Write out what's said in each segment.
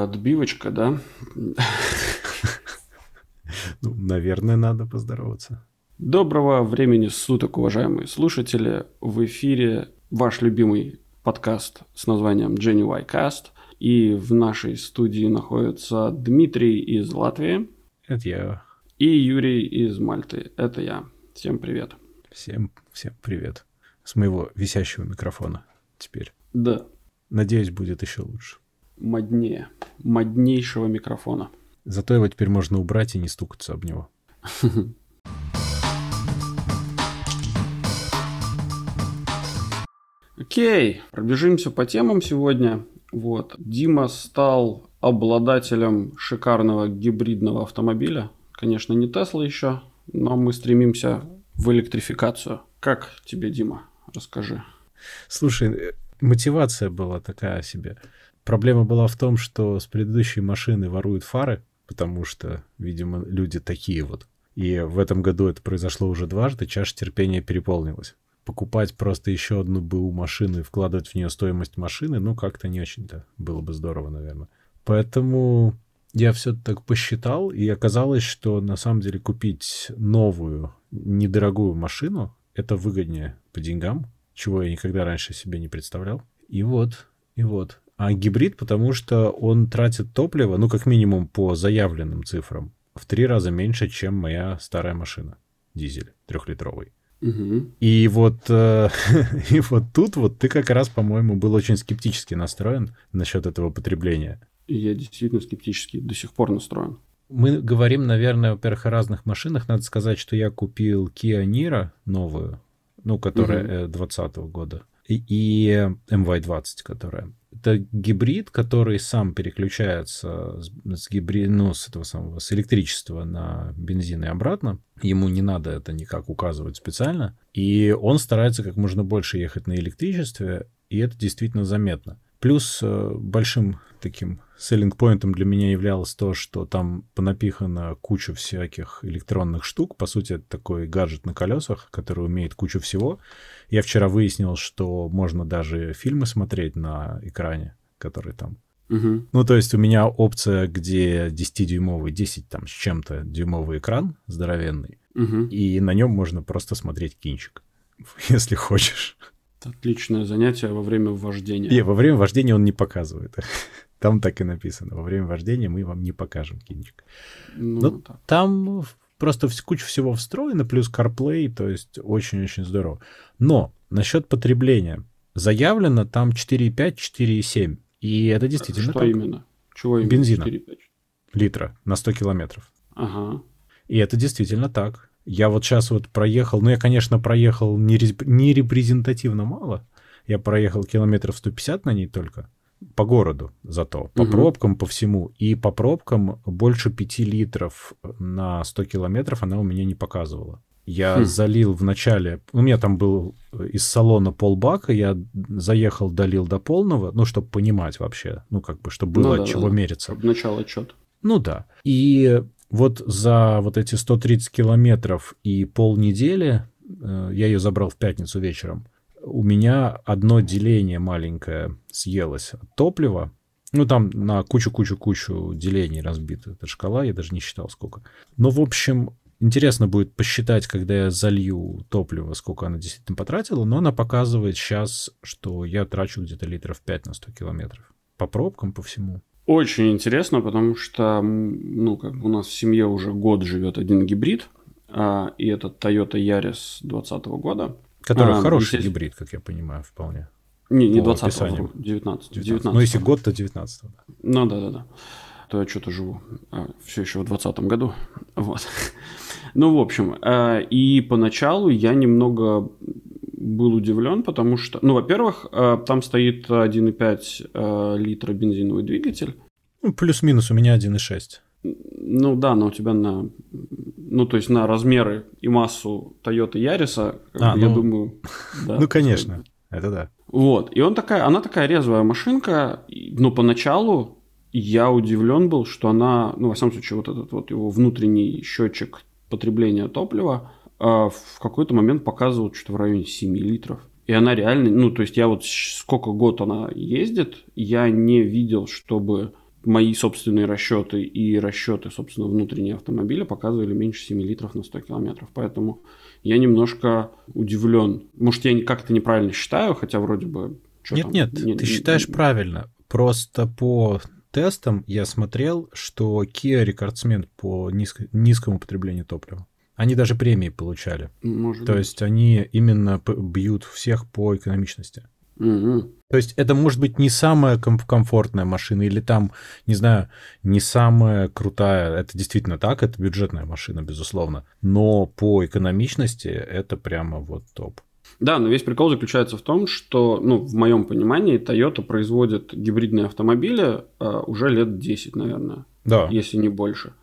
Отбивочка, да? Ну, наверное, надо поздороваться. Доброго времени суток, уважаемые слушатели. В эфире ваш любимый подкаст с названием Genuine Cast. И в нашей студии находится Дмитрий из Латвии. Это я. И Юрий из Мальты. Это я. Всем привет. Всем привет. С моего висящего микрофона теперь. Да. Надеюсь, будет еще лучше. Моднее. Моднейшего микрофона. Зато его теперь можно убрать и не стукаться об него. Окей, пробежимся по темам сегодня. Вот. Дима стал обладателем шикарного гибридного автомобиля. Конечно, не Тесла еще, но мы стремимся в электрификацию. Как тебе, Дима? Расскажи. Слушай, мотивация была такая себе. Проблема была в том, что с предыдущей машины воруют фары, потому что, видимо, люди такие вот. И в этом году это произошло уже дважды, чаша терпения переполнилась. Покупать просто еще одну БУ машину и вкладывать в нее стоимость машины, ну, как-то не очень-то было бы здорово, наверное. Поэтому я все так посчитал, и оказалось, что на самом деле купить новую, недорогую машину — это выгоднее по деньгам, чего я никогда раньше себе не представлял. И вот. А гибрид, потому что он тратит топливо, ну, как минимум по заявленным цифрам, в 3 раза меньше, чем моя старая машина. Дизель 3-литровый. Угу. И вот тут вот ты как раз, по-моему, был очень скептически настроен насчет этого потребления. Я действительно скептически до сих пор настроен. Мы говорим, наверное, во-первых, о разных машинах. Надо сказать, что я купил Kia Niro новую, ну, которая 2020 года, и MY20, которая. Это гибрид, который сам переключается с электричества на бензин и обратно. Ему не надо это никак указывать специально. И он старается как можно больше ехать на электричестве, и это действительно заметно. Плюс большим таким селлинг-поинтом для меня являлось то, что там понапихано куча всяких электронных штук. По сути, это такой гаджет на колесах, который умеет кучу всего. Я вчера выяснил, что можно даже фильмы смотреть на экране, который там. Угу. Ну, то есть у меня опция, где 10-дюймовый, 10 там с чем-то дюймовый экран здоровенный, и на нем можно просто смотреть кинчик, если хочешь. Отличное занятие во время вождения. И во время вождения он не показывает. Там так и написано. Во время вождения мы вам не покажем кинчик. Ну, там просто куча всего встроено, плюс CarPlay, то есть очень-очень здорово. Но насчет потребления. Заявлено там 4,5, 4,7. И это действительно что так. Именно? Чего именно? Бензина. 4,5? Литра на 100 километров. Ага. И это действительно так. Я вот сейчас вот проехал, я, конечно, проехал не репрезентативно мало. Я проехал километров 150 на ней только. По городу зато. По пробкам, по всему. И по пробкам больше 5 литров на 100 километров она у меня не показывала. Я залил в начале... У меня там был из салона полбака. Я заехал, долил до полного, ну, чтобы понимать вообще. Ну, как бы, чтобы было от чего мериться. Чтобы начал отчет. Ну, да. И... Вот за вот эти 130 километров и полнедели, я ее забрал в пятницу вечером, у меня одно деление маленькое съелось от топлива. Ну, там на кучу делений разбита эта шкала, я даже не считал сколько. Но, в общем, интересно будет посчитать, когда я залью топливо, сколько она действительно потратила, но она показывает сейчас, что я трачу где-то литров 5 на 100 километров. По пробкам, по всему. Очень интересно, потому что, ну, как бы у нас в семье уже год живет один гибрид, и это Toyota Yaris 2020 года. Который хороший гибрид, как я понимаю, вполне. Не 20-го, 19. Ну, если год, то 19-го. Ну, да. То я что-то живу все еще в 2020 году. Вот. Ну, в общем, и поначалу я немного был удивлен, потому что, ну, во-первых, там стоит 1,5 литра бензиновый двигатель. Ну, плюс-минус у меня 1,6. Ну да, но у тебя ну, то есть на размеры и массу Toyota Yaris, я думаю... Да, ну, конечно, это да. Вот, и она такая резвая машинка, но поначалу я удивлен был, что она, ну, во всяком случае, вот этот вот его внутренний счетчик потребления топлива в какой-то момент показывал что-то в районе 7 литров. И она реально, ну, то есть я вот сколько год она ездит, я не видел, чтобы мои собственные расчеты и расчеты, собственно, внутренние автомобиля показывали меньше 7 литров на 100 километров. Поэтому я немножко удивлен. Может, я как-то неправильно считаю, хотя вроде бы... Нет, ты считаешь правильно. Просто по тестам я смотрел, что Kia рекордсмен по низкому потреблению топлива. Они даже премии получали. То есть они именно бьют всех по экономичности. То есть это может быть не самая комфортная машина или там, не знаю, не самая крутая. Это действительно так, это бюджетная машина, безусловно. Но по экономичности это прямо вот топ. Да, но весь прикол заключается в том, что, в моем понимании, Toyota производит гибридные автомобили уже лет 10, наверное, если не больше.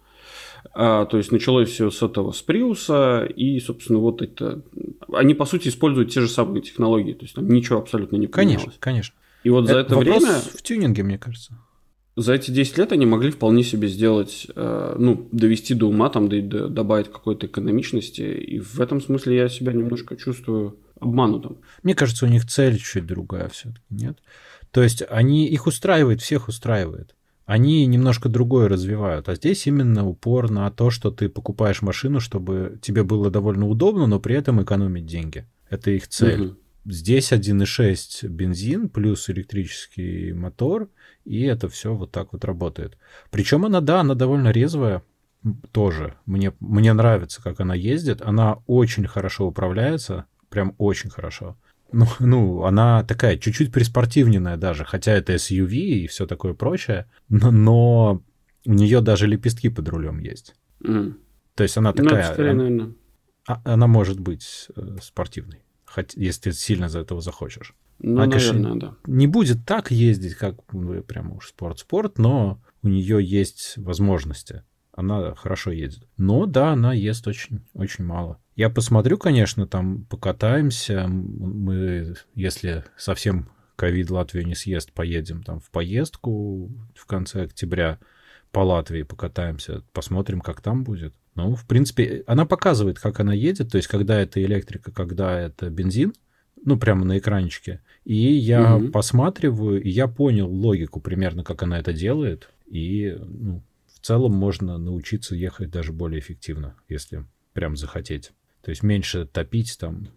То есть началось все с этого, с Prius, и, собственно, вот это... Они, по сути, используют те же самые технологии, то есть там ничего абсолютно не поменялось. Конечно. И вот за это время... в тюнинге, мне кажется. За эти 10 лет они могли вполне себе сделать, довести до ума, там, добавить какой-то экономичности, и в этом смысле я себя немножко чувствую обманутым. Мне кажется, у них цель чуть другая все-таки, нет? То есть их устраивает, всех устраивает. Они немножко другое развивают, а здесь именно упор на то, что ты покупаешь машину, чтобы тебе было довольно удобно, но при этом экономить деньги. Это их цель. Здесь 1.6 бензин плюс электрический мотор, и это все вот так вот работает. Причем она довольно резвая тоже. Мне нравится, как она ездит. Она очень хорошо управляется, прям очень хорошо. Она такая чуть-чуть приспортивненная даже, хотя это SUV и все такое прочее, но у нее даже лепестки под рулем есть. То есть она такая... наверное. Она может быть спортивной, если ты сильно за этого захочешь. Наверное, да. Не будет так ездить, как прямо уж спорт, но у нее есть возможности. Она хорошо едет. Но да, она ест очень, очень мало. Я посмотрю, конечно, там покатаемся. Мы, если совсем ковид Латвию не съест, поедем там в поездку в конце октября по Латвии покатаемся, посмотрим, как там будет. В принципе, она показывает, как она едет, то есть когда это электрика, когда это бензин, прямо на экранчике. И я посматриваю, и я понял логику примерно, как она это делает, и в целом можно научиться ехать даже более эффективно, если прям захотеть. То есть меньше топить там.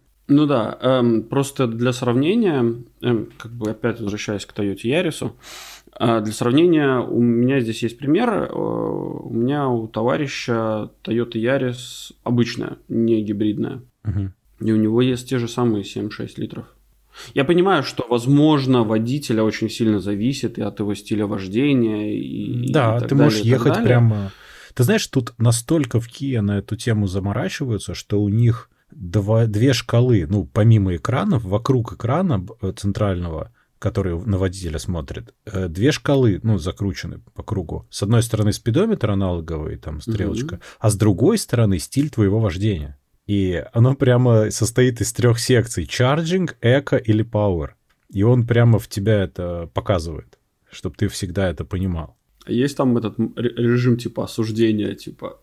Просто для сравнения, опять возвращаясь к Toyota Yaris, для сравнения у меня здесь есть пример. У меня у товарища Toyota Yaris обычная, не гибридная. И у него есть те же самые 7-6 литров. Я понимаю, что, возможно, водителя очень сильно зависит и от его стиля вождения. И так ты можешь ехать прямо... Ты знаешь, тут настолько в Kia на эту тему заморачиваются, что у них две шкалы, помимо экранов, вокруг экрана центрального, который на водителя смотрит, две шкалы, закручены по кругу. С одной стороны спидометр аналоговый, там стрелочка, а с другой стороны стиль твоего вождения. И оно прямо состоит из 3 секций: charging, eco или power. И он прямо в тебя это показывает, чтобы ты всегда это понимал. Есть там этот режим типа осуждения, типа...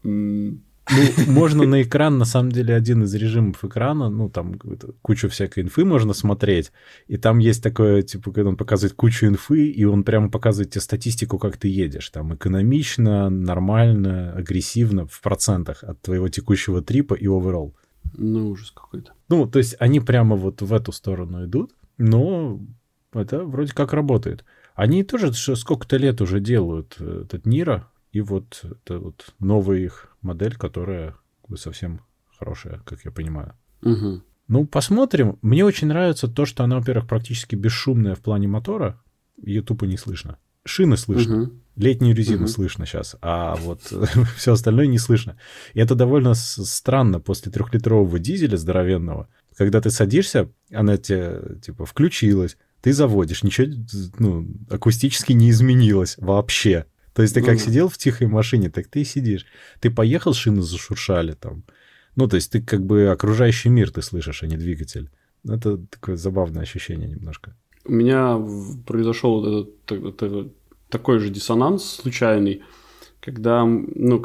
Можно на экран, на самом деле, один из режимов экрана, там кучу всякой инфы можно смотреть, и там есть такое, типа, когда он показывает кучу инфы, и он прямо показывает тебе статистику, как ты едешь, там, экономично, нормально, агрессивно, в процентах от твоего текущего трипа и оверолл. Ужас какой-то. То есть они прямо вот в эту сторону идут, но это вроде как работает. Они тоже сколько-то лет уже делают этот Niro, и вот это вот новая их модель, которая совсем хорошая, как я понимаю. Посмотрим. Мне очень нравится то, что она, во-первых, практически бесшумная в плане мотора. Ее тупо не слышно. Шины слышно. Летнюю резину слышно сейчас, а вот все остальное не слышно. И это довольно странно после 3-литрового дизеля здоровенного. Когда ты садишься, она тебе, типа, включилась, ты заводишь, ничего, акустически не изменилось вообще. То есть ты как сидел в тихой машине, так ты и сидишь. Ты поехал, шины зашуршали там. То есть ты как бы окружающий мир ты слышишь, а не двигатель. Это такое забавное ощущение немножко. У меня произошел такой же диссонанс случайный, когда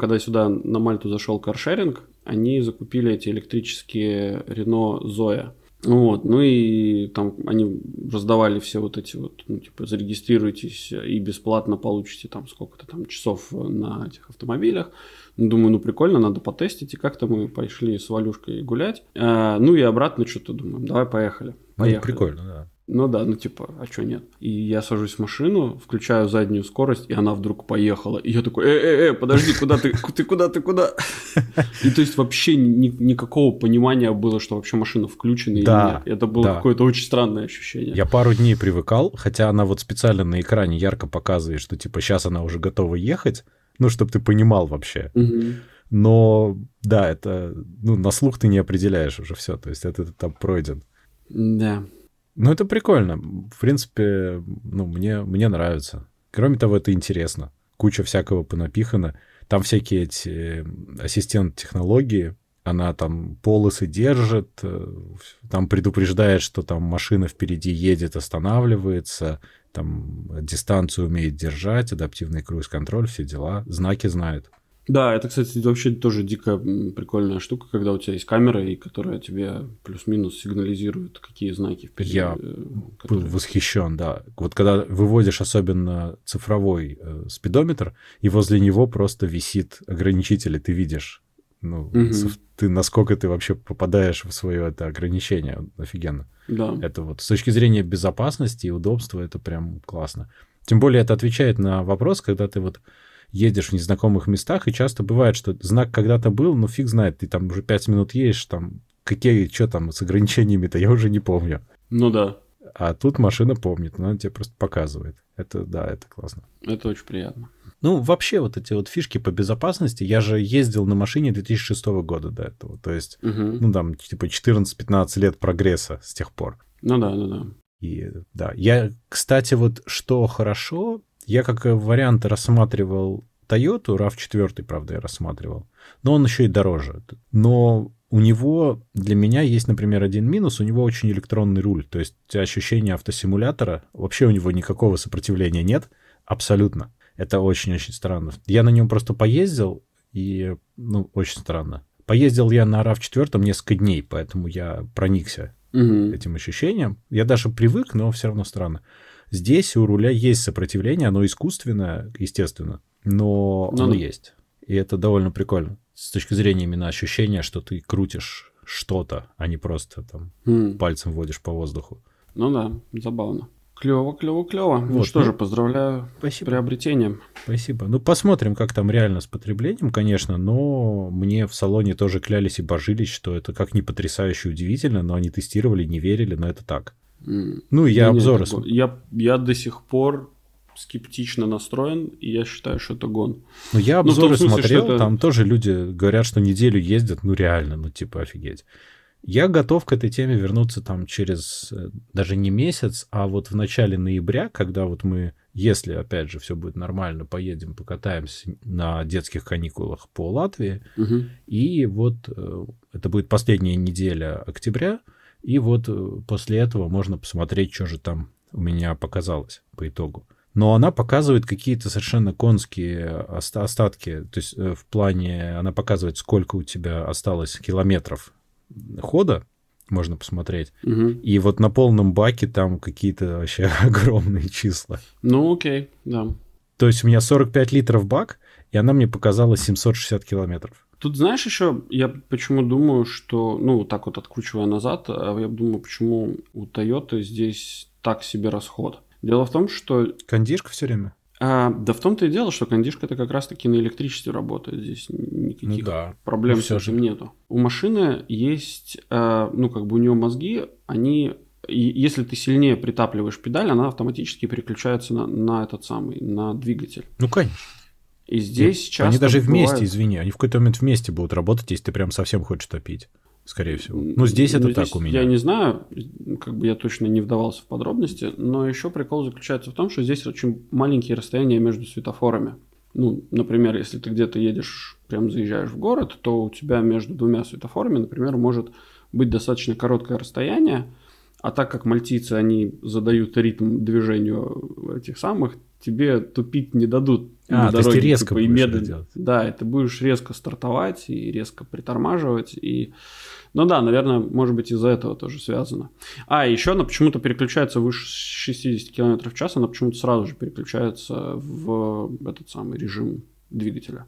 сюда на Мальту зашел каршеринг, они закупили эти электрические Renault Zoe. Вот, ну и там они раздавали все вот эти вот, ну, типа, зарегистрируйтесь и бесплатно получите там сколько-то там часов на этих автомобилях. Думаю, ну прикольно, надо потестить. И как-то мы пошли с Валюшкой гулять. Ну и обратно что-то думаем, давай поехали. Ну, это прикольно, да. Ну да, ну типа, а что нет? И я сажусь в машину, включаю заднюю скорость, и она вдруг поехала. И я такой, подожди, куда ты, куда? И то есть вообще никакого понимания было, что вообще машина включена или нет. Это было какое-то очень странное ощущение. Я пару дней привыкал, хотя она вот специально на экране ярко показывает, что типа сейчас она уже готова ехать, ну, чтобы ты понимал вообще. Но да, это, ну, на слух ты не определяешь уже все, то есть это там пройден. Да. Ну, это прикольно. В принципе, ну, мне нравится. Кроме того, это интересно. Куча всякого понапихано. Там всякие эти ассистент-технологии. Она там полосы держит, там предупреждает, что там машина впереди едет, останавливается, там дистанцию умеет держать, адаптивный круиз-контроль, все дела. Знаки знает. Да, это, кстати, вообще тоже дико прикольная штука, когда у тебя есть камера, и которая тебе плюс-минус сигнализирует, какие знаки впереди. Я был восхищен, да. Вот когда выводишь особенно цифровой спидометр, и возле него просто висит ограничитель, и ты видишь, ну, ты, насколько ты вообще попадаешь в свое это ограничение. Офигенно. Да. Это вот с точки зрения безопасности и удобства это прям классно. Тем более это отвечает на вопрос, когда ты вот едешь в незнакомых местах, и часто бывает, что знак когда-то был, но фиг знает, ты там уже 5 минут едешь, там, что там с ограничениями-то, я уже не помню. Ну да. А тут машина помнит, она тебе просто показывает. Это, да, это классно. Это очень приятно. Ну, вообще, вот эти вот фишки по безопасности, я же ездил на машине 2006 года до этого, то есть, ну, там, типа 14-15 лет прогресса с тех пор. Ну да. И, да, я, кстати, вот что хорошо... Я как вариант рассматривал Toyota, RAV4, правда, я рассматривал, но он еще и дороже. Но у него, для меня есть, например, один минус, у него очень электронный руль, то есть ощущение автосимулятора, вообще у него никакого сопротивления нет, абсолютно. Это очень-очень странно. Я на нем просто поездил, и, ну, очень странно. Поездил я на RAV4 несколько дней, поэтому я проникся этим ощущением. Я даже привык, но все равно странно. Здесь у руля есть сопротивление, оно искусственное, естественно, но оно есть. И это довольно прикольно. С точки зрения именно ощущения, что ты крутишь что-то, а не просто там пальцем водишь по воздуху. Ну да, забавно. Клево. Вот, ну что же, поздравляю с приобретением. Спасибо. Ну, посмотрим, как там реально с потреблением, конечно, но мне в салоне тоже клялись и божились, что это как ни потрясающе удивительно, но они тестировали, не верили, но это так. Ну, я обзоры... Я до сих пор скептично настроен, и я считаю, что это гон. Ну, я обзоры смотрел, там тоже люди говорят, что неделю ездят, ну, реально, ну, типа, офигеть. Я готов к этой теме вернуться там через даже не месяц, а вот в начале ноября, когда вот мы, если, опять же, все будет нормально, поедем, покатаемся на детских каникулах по Латвии, и вот это будет последняя неделя октября, и вот после этого можно посмотреть, что же там у меня показалось по итогу. Но она показывает какие-то совершенно конские остатки. То есть в плане она показывает, сколько у тебя осталось километров хода, можно посмотреть. И вот на полном баке там какие-то вообще огромные числа. Ну, окей, да. То есть у меня 45 литров бак, и она мне показала 760 километров. Тут, знаешь, еще я почему думаю, что, ну, так вот откручивая назад, я думаю, почему у Toyota здесь так себе расход. Дело в том, что... Кондишка все время? Да в том-то и дело, что кондишка-то как раз-таки на электричестве работает. Здесь никаких проблем с этим нету. У машины есть, ну, как бы у нее мозги, они... Если ты сильнее притапливаешь педаль, она автоматически переключается на этот самый, на двигатель. Ну, конечно. И здесь часто они даже бывает... вместе, извини, они в какой-то момент вместе будут работать, если ты прям совсем хочешь топить, скорее всего. Ну, здесь это так у меня. Я не знаю, как бы я точно не вдавался в подробности, но еще прикол заключается в том, что здесь очень маленькие расстояния между светофорами. Ну, например, если ты где-то едешь, прям заезжаешь в город, то у тебя между двумя светофорами, например, может быть достаточно короткое расстояние, а так как мальтийцы, они задают ритм движению этих самых, тебе тупить не дадут на дороге. То есть ты резко типа, будешь это делать. Да, и ты будешь резко стартовать и резко притормаживать. Ну да, наверное, может быть, из-за этого тоже связано. Еще она почему-то переключается выше 60 км в час, она почему-то сразу же переключается в этот самый режим двигателя.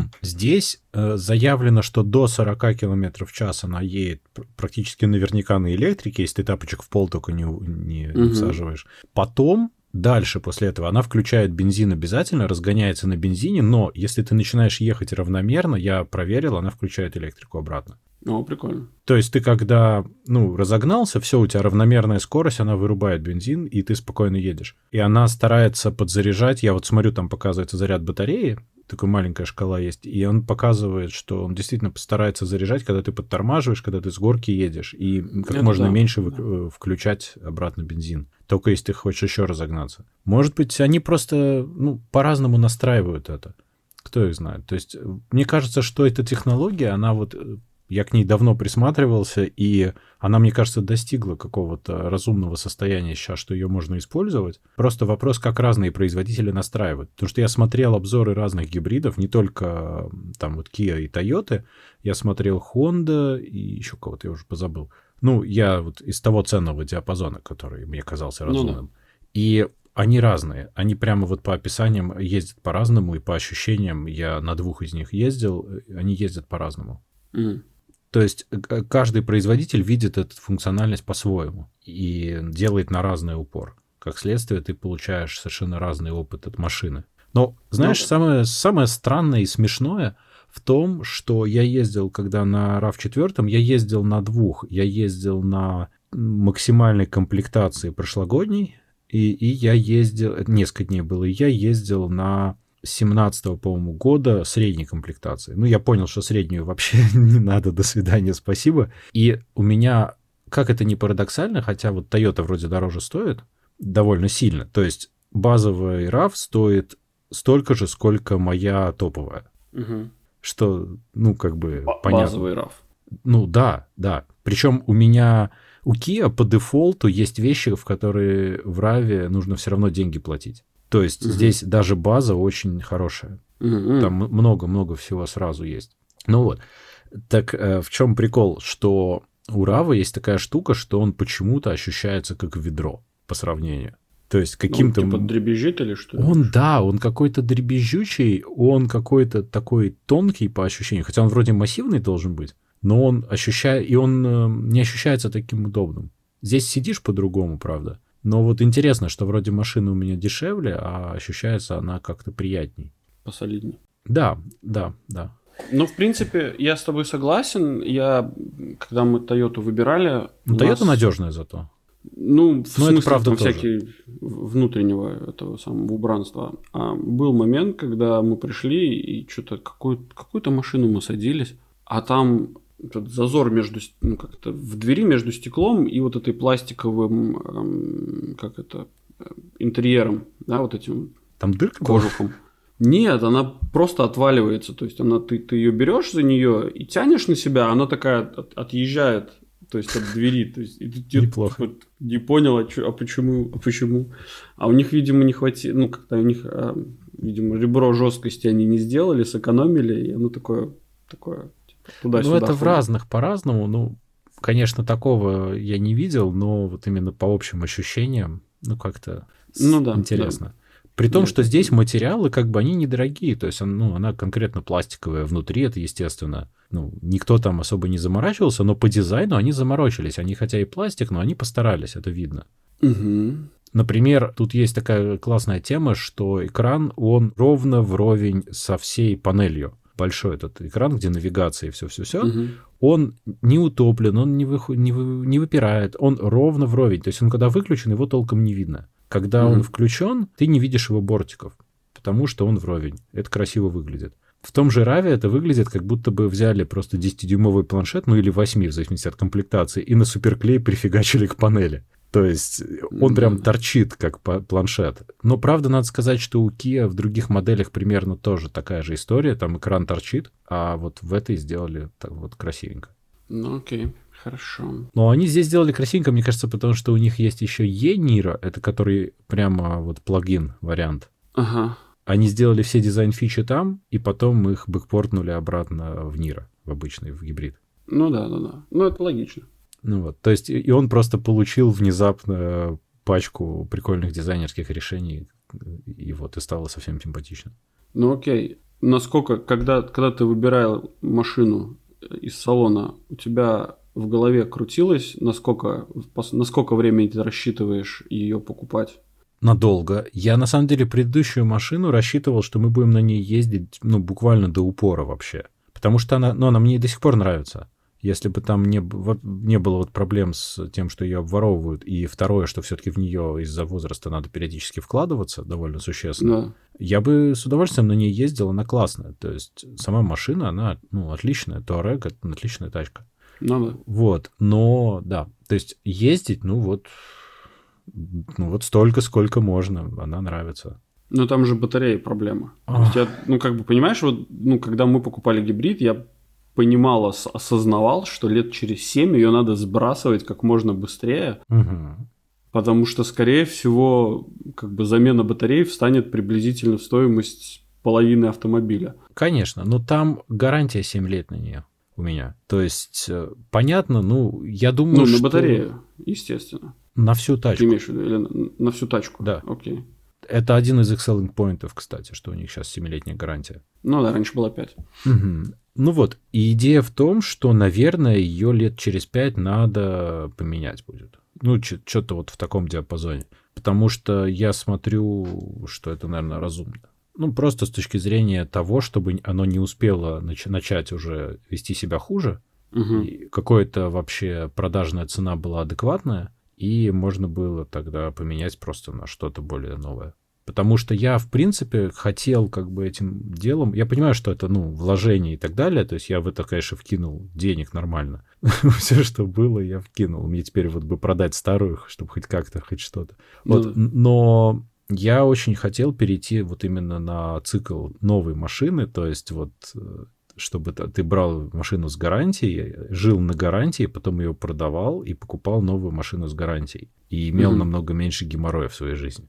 Здесь заявлено, что до 40 км в час она едет практически наверняка на электрике, если ты тапочек в пол только не всаживаешь. Потом, дальше после этого, она включает бензин обязательно, разгоняется на бензине, но если ты начинаешь ехать равномерно, я проверил, она включает электрику обратно. Прикольно. То есть ты когда, разогнался, все, у тебя равномерная скорость, она вырубает бензин, и ты спокойно едешь. И она старается подзаряжать, я вот смотрю, там показывается заряд батареи, такая маленькая шкала есть, и он показывает, что он действительно постарается заряжать, когда ты подтормаживаешь, когда ты с горки едешь, и как можно меньше включать обратно бензин. Только если ты хочешь еще разогнаться. Может быть, они просто, по-разному настраивают это. Кто их знает? То есть, мне кажется, что эта технология, она вот... Я к ней давно присматривался, и она, мне кажется, достигла какого-то разумного состояния сейчас, что ее можно использовать. Просто вопрос, как разные производители настраивают. Потому что я смотрел обзоры разных гибридов, не только там вот Kia и Toyota, я смотрел Honda и еще кого-то, я уже позабыл. Я вот из того ценного диапазона, который мне казался разумным. И они разные. Они прямо вот по описаниям ездят по-разному, и по ощущениям я на 2 из них ездил, они ездят по-разному. То есть каждый производитель видит эту функциональность по-своему и делает на разный упор. Как следствие, ты получаешь совершенно разный опыт от машины. Но, знаешь, самое странное и смешное в том, что я ездил, когда на RAV4, я ездил на 2. Я ездил на максимальной комплектации прошлогодней, и я ездил, несколько дней было, и я ездил на 17-го, по-моему, года средней комплектации. Я понял, что среднюю вообще не надо, до свидания, спасибо. И у меня, как это ни парадоксально, хотя вот Toyota вроде дороже стоит, довольно сильно. То есть базовый RAV стоит столько же, сколько моя топовая. Что, понятно. Базовый RAV. Да. Причем у Kia по дефолту есть вещи, в которые в RAV нужно все равно деньги платить. То есть здесь даже база очень хорошая. Там много-много всего сразу есть. Так в чем прикол? Что у RAV есть такая штука, что он почему-то ощущается как ведро по сравнению. То есть каким-то... Он типа дребезжит или что? Он какой-то дребезжучий, он какой-то такой тонкий по ощущению. Хотя он вроде массивный должен быть, но он ощущает... И он не ощущается таким удобным. Здесь сидишь по-другому, правда. Но вот интересно, что вроде машина у меня дешевле, а ощущается она как-то приятней. Посолиднее. Да. В принципе, я с тобой согласен. Когда мы Toyota выбирали... Toyota надежная зато. В смысле, это правда там тоже. всякие внутреннего этого самого убранства. Был момент, когда мы пришли, и что-то какую-то машину мы садились, а там... Этот зазор в двери между стеклом и вот этой пластиковым, интерьером, да, вот этим там дырка кожухом. Нет, она просто отваливается, то есть ты ее берешь за нее и тянешь на себя, она такая отъезжает, то есть от двери, то есть неплохо. Не понял, почему. А у них, видимо, не хватило, как-то у них, видимо, ребро жесткости они не сделали, сэкономили, и оно такое. Туда-сюда это в разных по-разному. Конечно, такого я не видел, но вот именно по общим ощущениям, как-то интересно. Да. При том, что здесь материалы, они недорогие. То есть, она конкретно пластиковая внутри, это естественно. Никто там особо не заморачивался, но по дизайну они заморочились. Они хотя и пластик, но они постарались, это видно. Например, тут есть такая классная тема, что экран, он ровно вровень со всей панелью. Большой этот экран, где навигация и все-все-все, он не утоплен, он не выпирает, он ровно вровень. То есть он когда выключен, его толком не видно. Когда он включен, ты не видишь его бортиков, потому что он вровень. Это красиво выглядит. В том же RAV это выглядит, как будто бы взяли просто 10-дюймовый планшет, или 8, в зависимости от комплектации, и на суперклей прифигачили к панели. То есть он прям торчит, как планшет. Но, правда, надо сказать, что у Kia в других моделях примерно тоже такая же история. Там экран торчит, а вот в этой сделали так вот красивенько. Окей, хорошо. Но они здесь сделали красивенько, мне кажется, потому что у них есть еще e-Niro, это который прямо вот плагин вариант. Ага. Они сделали все дизайн-фичи там, и потом их бэкпортнули обратно в Niro, в обычный, в гибрид. Ну да. Ну, это логично. Ну вот, то есть и он просто получил внезапно пачку прикольных дизайнерских решений, и вот, и стало совсем симпатично. Ну окей. Насколько, когда ты выбирал машину из салона, у тебя в голове крутилось, насколько времени ты рассчитываешь ее покупать? Надолго. Я, на самом деле, предыдущую машину рассчитывал, что мы будем на ней ездить, ну, буквально до упора вообще. Потому что она мне до сих пор нравится. Если бы там не было вот проблем с тем, что ее обворовывают, и второе, что все-таки в нее из-за возраста надо периодически вкладываться довольно существенно, Да. я бы с удовольствием на ней ездил, она классная. То есть сама машина, она, ну, отличная. Touareg — это отличная тачка. Ну да. Вот, но, да, то есть ездить, ну вот столько, сколько можно, она нравится. Но там же батарея проблема. То есть я, ну, как бы, понимаешь, вот, ну, когда мы покупали гибрид, я понимал, осознавал, что лет через 7 ее надо сбрасывать как можно быстрее, потому что, скорее всего, как бы замена батареи встанет приблизительно в стоимость половины автомобиля. Конечно, но там гарантия 7 лет на нее у меня. То есть, понятно, ну, я думаю, ну, что... на батарею, естественно. На всю тачку. Ты имеешь в виду? Или на всю тачку? Да. Окей. Это один из их selling point'ов, кстати, что у них сейчас 7-летняя гарантия. Ну да, раньше было 5. Ну вот, и идея в том, что, наверное, ее лет через 5 надо поменять будет. Ну, что-то вот в таком диапазоне. Потому что я смотрю, что это, наверное, разумно. Ну, просто с точки зрения того, чтобы оно не успело начать уже вести себя хуже, и какая-то вообще продажная цена была адекватная, и можно было тогда поменять просто на что-то более новое. Потому что я, в принципе, хотел как бы этим делом... Я понимаю, что это, ну, вложение и так далее. То есть я в это, конечно, вкинул денег нормально. Все, что было, я вкинул. Мне теперь вот бы продать старую, чтобы хоть как-то, хоть что-то. Вот. Но я очень хотел перейти вот именно на цикл новой машины. То есть вот... чтобы ты брал машину с гарантией, жил на гарантии, потом ее продавал и покупал новую машину с гарантией. И имел намного меньше геморроя в своей жизни.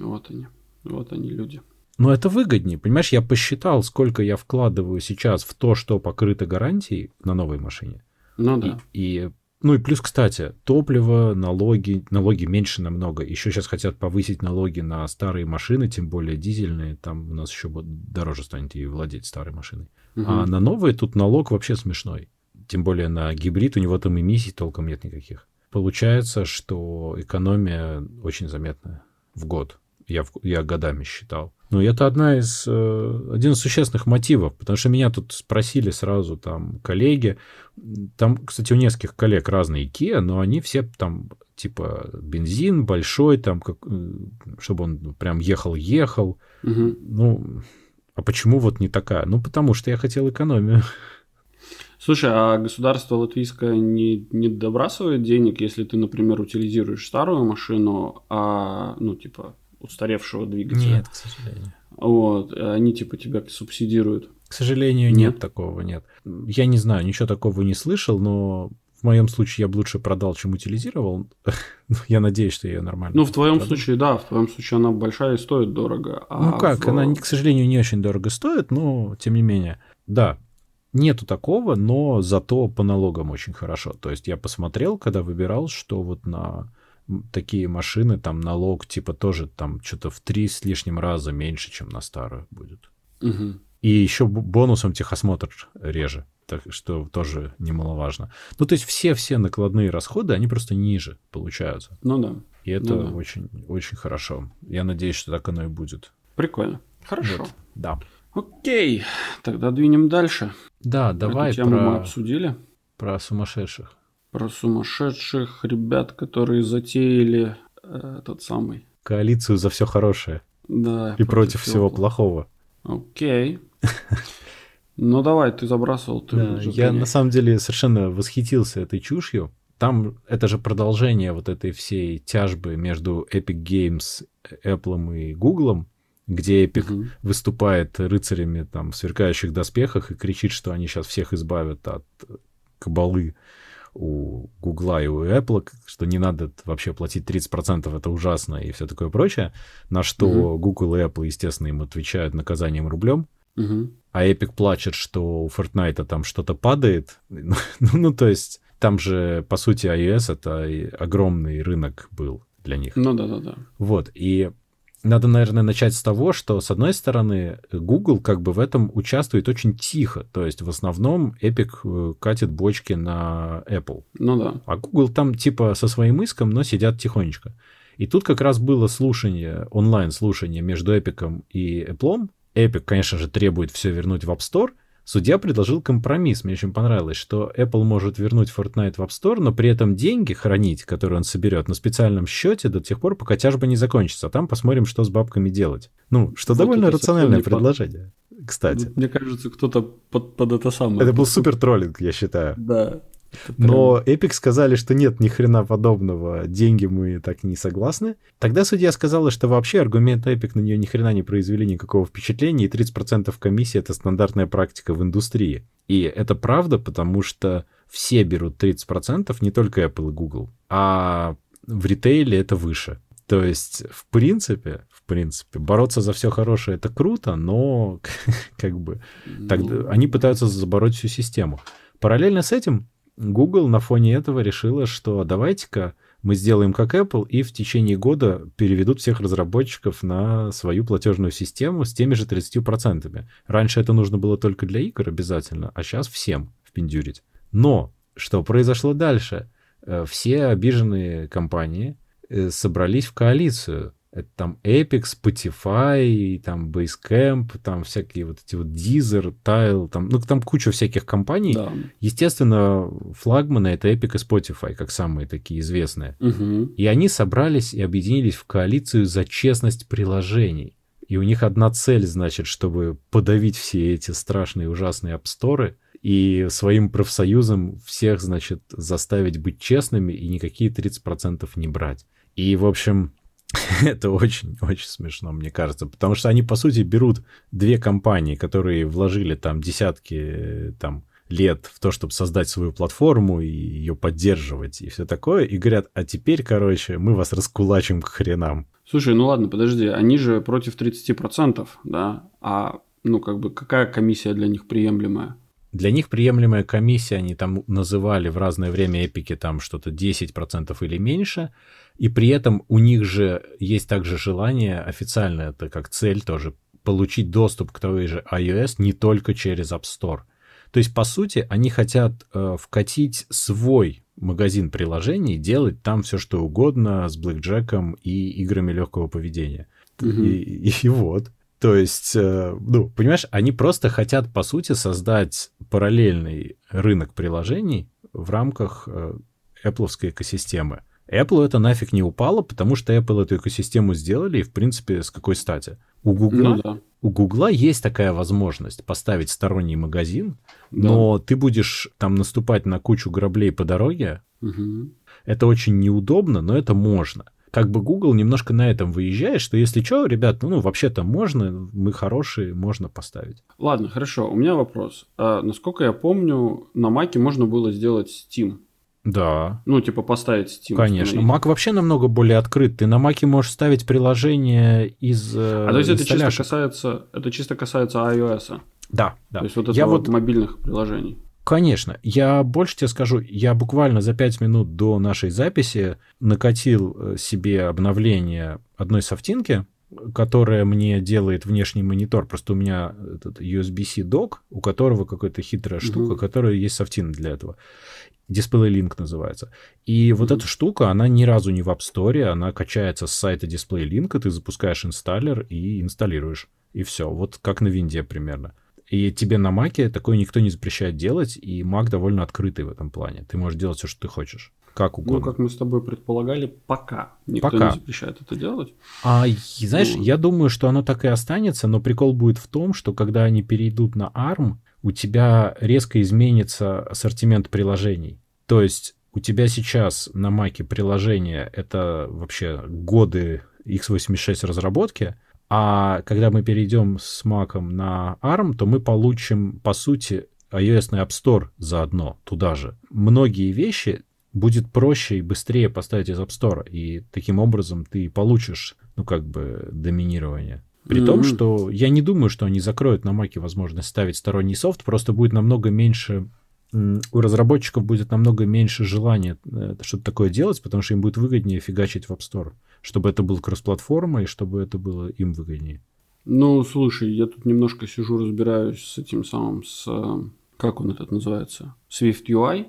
Вот они люди. Но это выгоднее. Понимаешь, я посчитал, сколько я вкладываю сейчас в то, что покрыто гарантией на новой машине. Ну да. Ну и плюс, кстати, топливо, налоги меньше намного. Еще сейчас хотят повысить налоги на старые машины, тем более дизельные. Там у нас еще дороже станет и владеть старой машиной. А на новые тут налог вообще смешной. Тем более на гибрид у него там эмиссий толком нет никаких. Получается, что экономия очень заметная в год. Я годами считал. Но это один из существенных мотивов, потому что меня тут спросили сразу там коллеги. Там, кстати, у нескольких коллег разные Kia, но они все там типа бензин большой, там, чтобы он прям ехал. Ну, а почему вот не такая? Ну, потому что я хотел экономию. Слушай, а государство латвийское не добрасывает денег, если ты, например, утилизируешь старую машину, ну, типа, устаревшего двигателя? Нет, к сожалению. Вот, они, типа, тебя субсидируют? К сожалению, нет такого, нет. Я не знаю, ничего такого не слышал, но в моем случае я бы лучше продал, чем утилизировал. Я надеюсь, что я нормально. Ну, в твоем случае, да, в твоем случае она большая и стоит дорого. Ну как, она, к сожалению, не очень дорого стоит, но тем не менее. Да, нету такого, но зато по налогам очень хорошо. То есть я посмотрел, когда выбирал, что вот на такие машины там налог типа тоже там что-то в 3 с лишним раза меньше, чем на старую будет. И еще бонусом техосмотр реже, так что тоже немаловажно. Ну, то есть все накладные расходы, они просто ниже получаются. Ну да. И это очень, очень хорошо. Я надеюсь, что так оно и будет. Прикольно. Хорошо. Вот. Да. Окей, тогда двинем дальше. Да, давай Эту тему мы обсудили. Про сумасшедших. Про сумасшедших ребят, которые затеяли тот самый... Коалицию за все хорошее. Да. И против всего плохого. Окей. Ну давай, ты забрасывал. Я на самом деле совершенно восхитился этой чушью. Там это же продолжение вот этой всей тяжбы между Epic Games, Apple и Google, где Epic выступает рыцарями там, в сверкающих доспехах и кричит, что они сейчас всех избавят от кабалы у Гугла и у Apple, что не надо вообще платить 30%, это ужасно и все такое прочее, на что Google и Apple, естественно, им отвечают наказанием рублем, а Epic плачет, что у Fortnite там что-то падает. То есть там же, по сути, iOS — это огромный рынок был для них. Ну да. Вот, и надо, наверное, начать с того, что, с одной стороны, Google как бы в этом участвует очень тихо. То есть, в основном, Epic катит бочки на Apple. Ну да. А Google там типа со своим иском, но сидят тихонечко. И тут как раз было слушание, онлайн-слушание между Epic и Apple. Epic, конечно же, требует все вернуть в App Store. Судья предложил компромисс, мне очень понравилось, что Apple может вернуть Fortnite в App Store, но при этом деньги хранить, которые он соберет, на специальном счете до тех пор, пока тяжба не закончится. А там посмотрим, что с бабками делать. Ну, что вот довольно рациональное предложение, кстати. Мне кажется, кто-то под это самое... Это был супер троллинг, я считаю. Да. Но Epic сказали, что нет, ни хрена подобного, деньги мы так не согласны. Тогда судья сказала, что вообще аргументы Epic на нее ни хрена не произвели никакого впечатления, и 30% комиссии — это стандартная практика в индустрии. И это правда, потому что все берут 30%, не только Apple и Google, а в ритейле это выше. То есть, в принципе, бороться за все хорошее — это круто, но как бы тогда они пытаются забороть всю систему. Параллельно с этим Google на фоне этого решила, что давайте-ка мы сделаем как Apple и в течение года переведут всех разработчиков на свою платежную систему с теми же 30%. Раньше это нужно было только для игр обязательно, а сейчас всем впендюрить. Но что произошло дальше? Все обиженные компании собрались в коалицию. Это там Epic, Spotify, там Basecamp, там всякие вот эти вот Deezer, Tile, там куча всяких компаний. Да. Естественно, флагманы — это Epic и Spotify, как самые такие известные. И они собрались и объединились в коалицию за честность приложений. И у них одна цель, значит, чтобы подавить все эти страшные ужасные апсторы и своим профсоюзом всех, значит, заставить быть честными и никакие 30% не брать. И, в общем... Это очень-очень смешно, мне кажется, потому что они, по сути, берут две компании, которые вложили там десятки лет в то, чтобы создать свою платформу и ее поддерживать и все такое, и говорят, а теперь, короче, мы вас раскулачим к хренам. Слушай, ну ладно, подожди, они же против 30%, да? А, какая комиссия для них приемлемая? Для них приемлемая комиссия, они там называли в разное время Эпики там что-то 10% или меньше, и при этом у них же есть также желание, официально это как цель тоже, получить доступ к той же iOS не только через App Store. То есть, по сути, они хотят вкатить свой магазин приложений, делать там все, что угодно с блэкджеком и играми легкого поведения. И вот. То есть, понимаешь, они просто хотят, по сути, создать параллельный рынок приложений в рамках Apple'овской экосистемы. Apple это нафиг не упало, потому что Apple эту экосистему сделали, и, в принципе, с какой стати? У Гугла есть такая возможность поставить сторонний магазин, но ты будешь там наступать на кучу граблей по дороге. Это очень неудобно, но это можно. Как бы Google немножко на этом выезжает, что если что, ребят, вообще-то можно, мы хорошие, можно поставить. Ладно, хорошо, у меня вопрос. Насколько я помню, на Mac'е можно было сделать Steam. Да. Поставить Steam. Конечно. Mac вообще намного более открыт. Ты на Mac'е можешь ставить приложение из то есть это чисто касается iOS? Да. То есть это мобильных приложений? Конечно. Я больше тебе скажу, я буквально за 5 минут до нашей записи накатил себе обновление одной софтинки, которая мне делает внешний монитор. Просто у меня этот USB-C док, у которого какая-то хитрая штука, которая есть софтина для этого. DisplayLink называется. И вот эта штука, она ни разу не в App Store, она качается с сайта DisplayLink, ты запускаешь инсталлер и инсталируешь. И все. Вот как на винде примерно. И тебе на Mac'е такое никто не запрещает делать, и Mac довольно открытый в этом плане. Ты можешь делать все, что ты хочешь. Как угодно. Как мы с тобой предполагали, пока никто не запрещает это делать. Знаешь, я думаю, что оно так и останется, но прикол будет в том, что когда они перейдут на ARM, у тебя резко изменится ассортимент приложений. То есть у тебя сейчас на Mac'е приложение — это вообще годы x86 разработки, а когда мы перейдем с Mac'ом на ARM, то мы получим, по сути, iOS App Store заодно туда же, многие вещи будет проще и быстрее поставить из App Store, и таким образом ты получишь, доминирование. При том, что я не думаю, что они закроют на Mac'е возможность ставить сторонний софт, просто будет намного меньше, у разработчиков будет намного меньше желания что-то такое делать, потому что им будет выгоднее фигачить в App Store, чтобы это был кросс-платформа и чтобы это было им выгоднее. Ну, слушай, я тут немножко сижу, разбираюсь с этим самым, как он этот называется, Swift UI.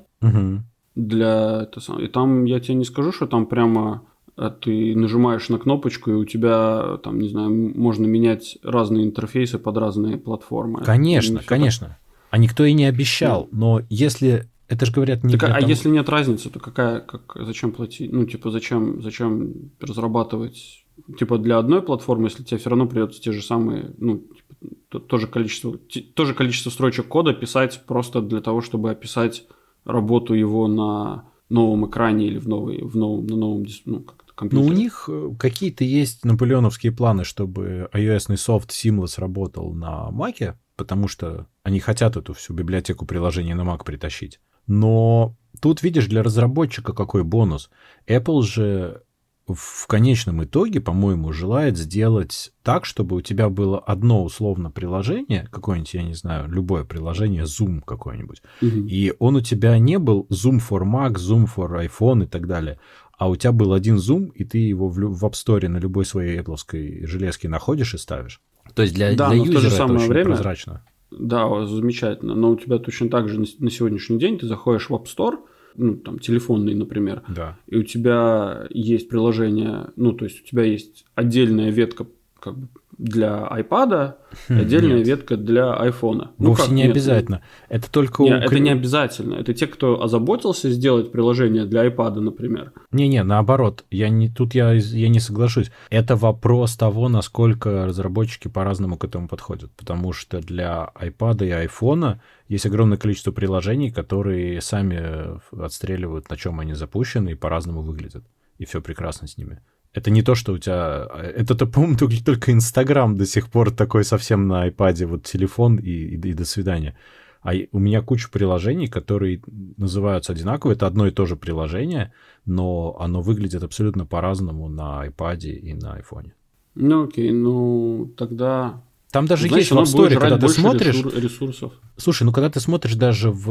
И там я тебе не скажу, что там прямо ты нажимаешь на кнопочку, и у тебя, там, не знаю, можно менять разные интерфейсы под разные платформы. Конечно, конечно. А никто и не обещал, но если... Это же говорят не так, если нет разницы, то зачем платить? Ну, типа, зачем разрабатывать... Типа, для одной платформы, если тебе все равно придется те же самые... Ну, типа, то же количество строчек кода писать просто для того, чтобы описать работу его на новом экране или на новом компьютере. Ну, у них какие-то есть наполеоновские планы, чтобы iOS-ный софт Seamless работал на Mac'е, потому что они хотят эту всю библиотеку приложений на Mac притащить. Но тут, видишь, для разработчика какой бонус. Apple же в конечном итоге, по-моему, желает сделать так, чтобы у тебя было одно условно приложение, какое-нибудь, я не знаю, любое приложение, Zoom какой-нибудь, и он у тебя не был Zoom for Mac, Zoom for iPhone и так далее, а у тебя был один Zoom, и ты его в App Store на любой своей Apple'овской железке находишь и ставишь. То есть для юзера это очень прозрачно. Да, замечательно. Но у тебя точно так же на сегодняшний день ты заходишь в App Store, ну, там, телефонный, например, да. И у тебя есть приложение, ну, то есть у тебя есть отдельная ветка как бы для iPad, отдельная ветка для iPhone. Вовсе не обязательно. Это только... это не обязательно. Это те, кто озаботился сделать приложение для iPad, например. Не, наоборот. Я не соглашусь. Это вопрос того, насколько разработчики по-разному к этому подходят. Потому что для iPad и iPhone есть огромное количество приложений, которые сами отстреливают, на чем они запущены, и по-разному выглядят. И все прекрасно с ними. Это не то, что у тебя... Это, по-моему, только Инстаграм до сих пор такой совсем на iPad, вот телефон и до свидания. А у меня куча приложений, которые называются одинаково. Это одно и то же приложение, но оно выглядит абсолютно по-разному на iPad и на iPhone. Ну, окей, тогда... Там даже есть в App Store, когда ты смотришь... ресурсов. Слушай, когда ты смотришь даже в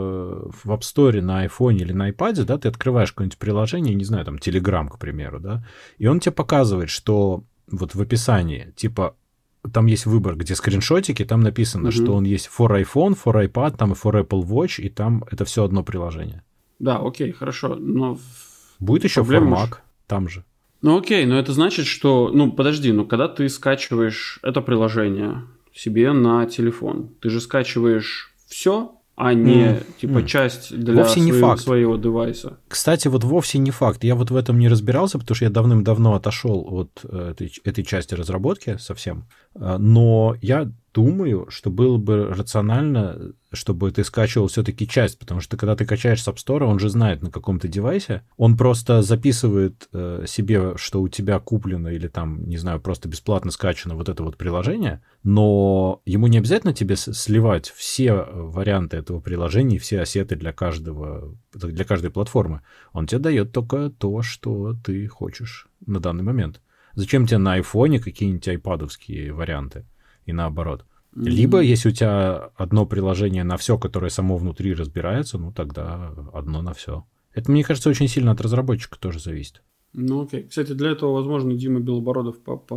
App Store на iPhone или на iPad, да, ты открываешь какое-нибудь приложение, не знаю, там, Telegram, к примеру, да, и он тебе показывает, что вот в описании, типа, там есть выбор, где скриншотики, там написано, что он есть for iPhone, for iPad, там и for Apple Watch, и там это все одно приложение. Да, окей, хорошо, но... Будет еще for Mac, там же. Ну окей, но это значит, что... Ну подожди, когда ты скачиваешь это приложение себе на телефон, ты же скачиваешь все, а не часть для своего девайса. Кстати, вот вовсе не факт. Я вот в этом не разбирался, потому что я давным-давно отошел от этой части разработки совсем. Но я думаю, что было бы рационально, чтобы ты скачивал все-таки часть, потому что когда ты качаешь с App Store, он же знает на каком-то девайсе, он просто записывает себе, что у тебя куплено или там, не знаю, просто бесплатно скачано вот это вот приложение, но ему не обязательно тебе сливать все варианты этого приложения, все ассеты для каждой платформы. Он тебе дает только то, что ты хочешь на данный момент. Зачем тебе на айфоне какие-нибудь айпадовские варианты? И наоборот. Либо, если у тебя одно приложение на все, которое само внутри разбирается, ну, тогда одно на все. Это, мне кажется, очень сильно от разработчика тоже зависит. Ну, окей. Кстати, для этого, возможно, Дима Белобородов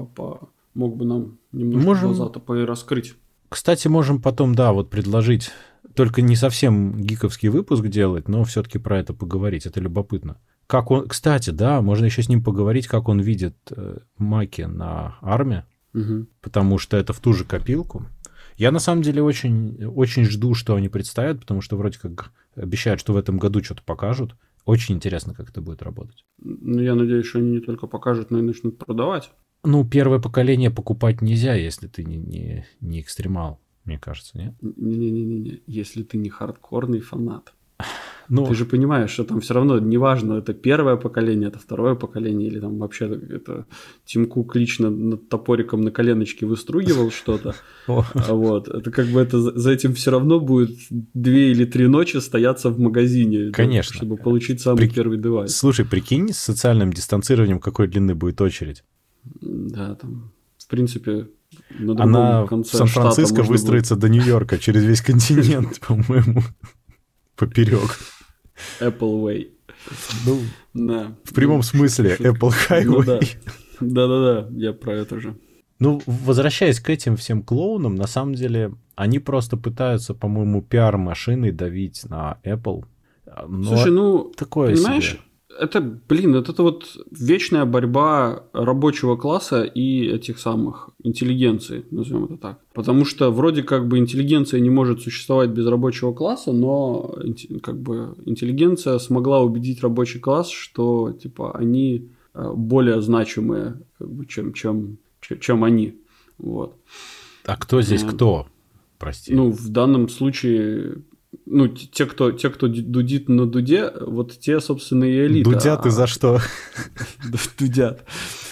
мог бы нам немножко глаза-то пораскрыть. Кстати, можем потом, да, вот предложить, только не совсем гиковский выпуск делать, но все-таки про это поговорить. Это любопытно. Как он, кстати, да, можно еще с ним поговорить, как он видит маки на арме. Потому что это в ту же копилку. Я, на самом деле, очень, очень жду, что они представят, потому что вроде как обещают, что в этом году что-то покажут. Очень интересно, как это будет работать. Ну, я надеюсь, что они не только покажут, но и начнут продавать. Ну, первое поколение покупать нельзя, если ты не экстремал, мне кажется, нет? Не-не-не, если ты не хардкорный фанат. Ну, Ты же понимаешь, что там все равно неважно, это первое поколение, это второе поколение, или там вообще это Тим Кук лично над топориком на коленочке выстругивал что-то. Вот. Это как бы это за этим все равно будет 2 или 3 ночи стояться в магазине. Конечно. Чтобы получить самый первый девайс. Слушай, прикинь, с социальным дистанцированием какой длинной будет очередь. Да, там, в принципе, на другом Она конце в Сан-Франциско штата выстроится до Нью-Йорка через весь континент, по-моему, поперек. Apple Way. Ну, да. в прямом смысле Apple Highway. Да, я про это же. Ну, возвращаясь к этим всем клоунам, на самом деле, они просто пытаются, по-моему, пиар-машиной давить на Apple. Но слушай, ну, такое понимаешь, себе. это вот вечная борьба рабочего класса и этих самых интеллигенции, назовем это так. Потому что вроде как бы интеллигенция не может существовать без рабочего класса, но как бы интеллигенция смогла убедить рабочий класс, что типа они более значимые, как бы, чем они. Вот. А кто здесь кто? Прости. Ну, в данном случае... Ну, те, кто дудит на дуде, вот те, собственно, и элита. Дудят и за что? Дудят.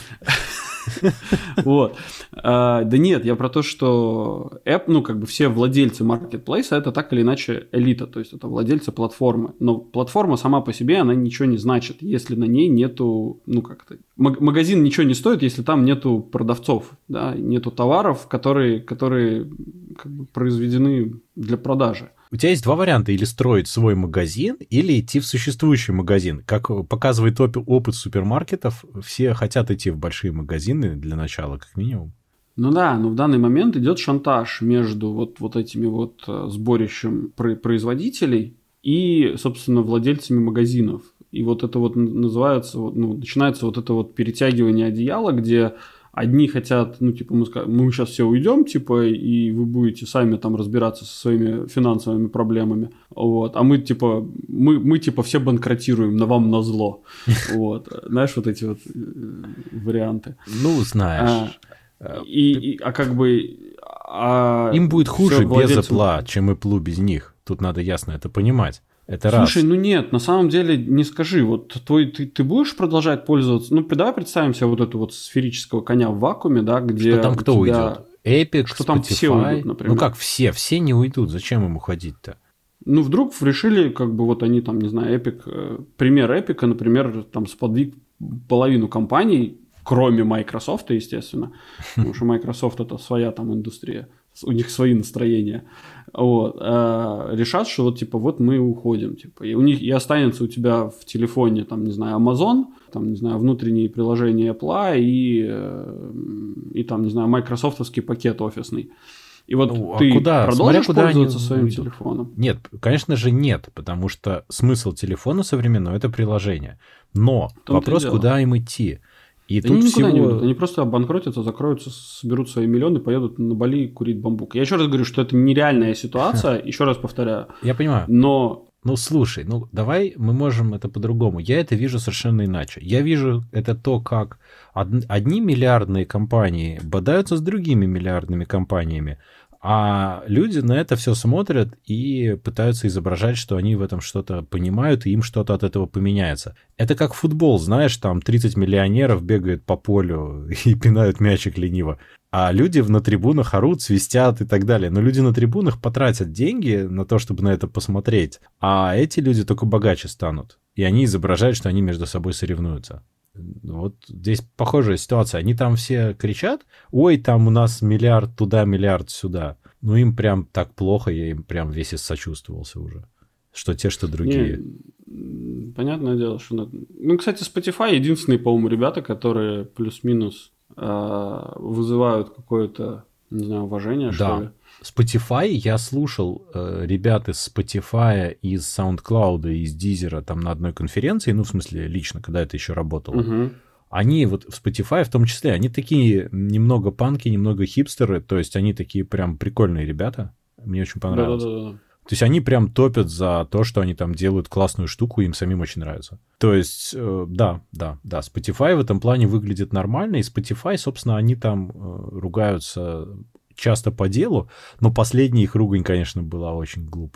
Вот. Да нет, я про то, что ну, как бы все владельцы маркетплейса это так или иначе элита, то есть это владельцы платформы. Но платформа сама по себе, она ничего не значит, если на ней нету, ну как-то... Магазин ничего не стоит, если там нету продавцов, да, нету товаров, которые как бы произведены для продажи. У тебя есть 2 варианта: или строить свой магазин, или идти в существующий магазин. Как показывает опыт супермаркетов, все хотят идти в большие магазины для начала, как минимум. Ну да, но в данный момент идет шантаж между вот этими вот сборищем производителей и, собственно, владельцами магазинов. И вот это вот называется, ну, начинается вот это вот перетягивание одеяла, где одни хотят, ну, типа, мы сейчас все уйдем, типа, и вы будете сами там разбираться со своими финансовыми проблемами, вот, а мы, типа, все банкротируем, на вам назло, вот, знаешь, вот эти вот варианты. Ну, знаешь. Как бы... Им будет хуже без Apple, чем Apple без них, тут надо ясно это понимать. Это слушай, раз. ну нет, на самом деле не скажи, вот ты будешь продолжать пользоваться, ну давай представим себе вот эту вот сферического коня в вакууме, да, где что там кто уйдет? Epic, что Spotify? там все уйдут, например. Ну как все не уйдут, зачем им уходить-то? Ну вдруг решили, как бы вот они там, не знаю, Epic, пример Epic, например, там сподвиг половину компаний, кроме Microsoft, естественно, потому что Microsoft это своя там индустрия, у них свои настроения, вот, решат, что вот типа вот мы уходим, типа, и у них и останется у тебя в телефоне там, не знаю, Amazon, там, не знаю, внутренние приложения Apple и там, не знаю, майкрософтовский пакет офисный. И вот ты продолжишь пользоваться своим телефоном? Нет, конечно же нет, потому что смысл телефона современного – это приложение. Но вопрос, куда им идти? И тут они никуда не идут, они просто обанкротятся, закроются, соберут свои миллионы, поедут на Бали курить бамбук. Я еще раз говорю, что это нереальная ситуация, еще раз повторяю. Я понимаю. Но... Ну, слушай, давай мы можем это по-другому. Я это вижу совершенно иначе. Я вижу это то, как одни миллиардные компании бодаются с другими миллиардными компаниями, а люди на это все смотрят и пытаются изображать, что они в этом что-то понимают, и им что-то от этого поменяется. Это как футбол, знаешь, там 30 миллионеров бегают по полю и пинают мячик лениво. А люди на трибунах орут, свистят и так далее. Но люди на трибунах потратят деньги на то, чтобы на это посмотреть. А эти люди только богаче станут. И они изображают, что они между собой соревнуются. Вот здесь похожая ситуация. Они там все кричат: ой, там у нас миллиард туда, миллиард сюда. Ну, им прям так плохо, я им прям весь сочувствовался уже. Что те, что другие. Понятное дело, что... Ну, кстати, Spotify единственные, по-моему, ребята, которые плюс-минус вызывают какое-то, не знаю, уважение, да. что ли. Spotify, я слушал ребят из Spotify, из SoundCloud, из Deezer там на одной конференции, ну, в смысле, лично, когда это еще работало. Угу. Они вот в Spotify в том числе, они такие немного панки, немного хипстеры, то есть они такие прям прикольные ребята. Мне очень понравилось. Да. То есть они прям топят за то, что они там делают классную штуку, им самим очень нравится. То есть, да, Spotify в этом плане выглядит нормально, и Spotify, собственно, они там ругаются часто по делу, но последняя их ругань, конечно, была очень глупая.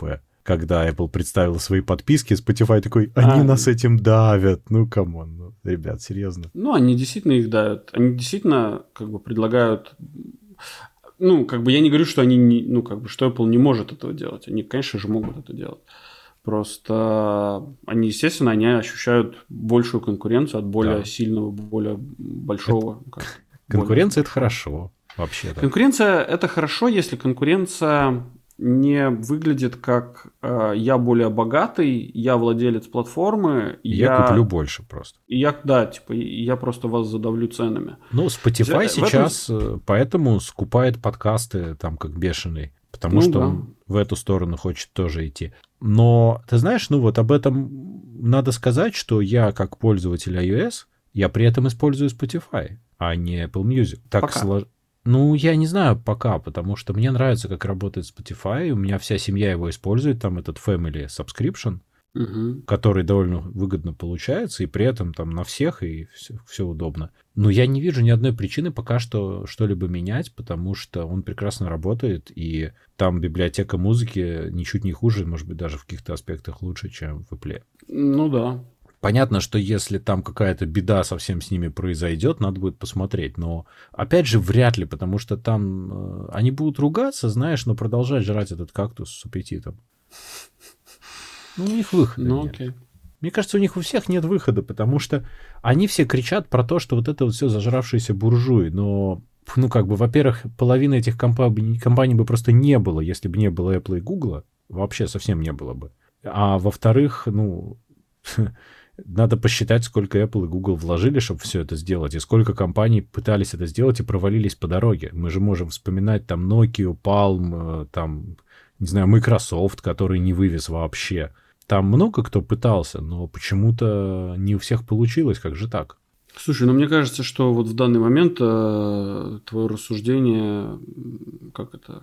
когда Apple представила свои подписки, Spotify такой, они нас этим давят. Ну, камон, ну, ребят, серьезно. Ну, они действительно их давят. Они действительно как бы предлагают... Ну, как бы я не говорю, что они не, ну, как бы, что Apple не может этого делать. Они, конечно же, могут это делать. Просто они, естественно, они ощущают большую конкуренцию от более сильного, более большого. Конкуренция – это хорошо, вообще-то. Конкуренция – это хорошо, если конкуренция не выглядит как я более богатый, я владелец платформы. Я куплю больше просто. Я просто вас задавлю ценами. Ну, Spotify сейчас поэтому скупает подкасты там как бешеный, потому что он в эту сторону хочет тоже идти. Но, ты знаешь, ну вот об этом надо сказать, что я как пользователь iOS, я при этом использую Spotify, а не Apple Music. Так Ну, я не знаю пока, потому что мне нравится, как работает Spotify. У меня вся семья его использует. Там этот Family Subscription, который довольно выгодно получается, и при этом там на всех, и все удобно. Но я не вижу ни одной причины пока что что-либо менять, потому что он прекрасно работает, и там библиотека музыки ничуть не хуже, может быть, даже в каких-то аспектах лучше, чем в Apple. Ну да. Понятно, что если там какая-то беда совсем с ними произойдет, надо будет посмотреть. Но, опять же, вряд ли, потому что там они будут ругаться, знаешь, но продолжать жрать этот кактус с аппетитом. Ну, у них выхода нет. Окей. Мне кажется, у них у всех нет выхода, потому что они все кричат про то, что вот это вот все зажравшиеся буржуи. Но, ну, как бы, во-первых, половины этих компаний бы просто не было, если бы не было Apple и Google. Вообще совсем не было бы. А во-вторых, ну... Надо посчитать, сколько Apple и Google вложили, чтобы все это сделать, и сколько компаний пытались это сделать и провалились по дороге. Мы же можем вспоминать там Nokia, Palm, там, не знаю, Microsoft, который не вывез вообще. Там много кто пытался, но почему-то не у всех получилось. Как же так? Слушай, ну мне кажется, что вот в данный момент твое рассуждение, как это,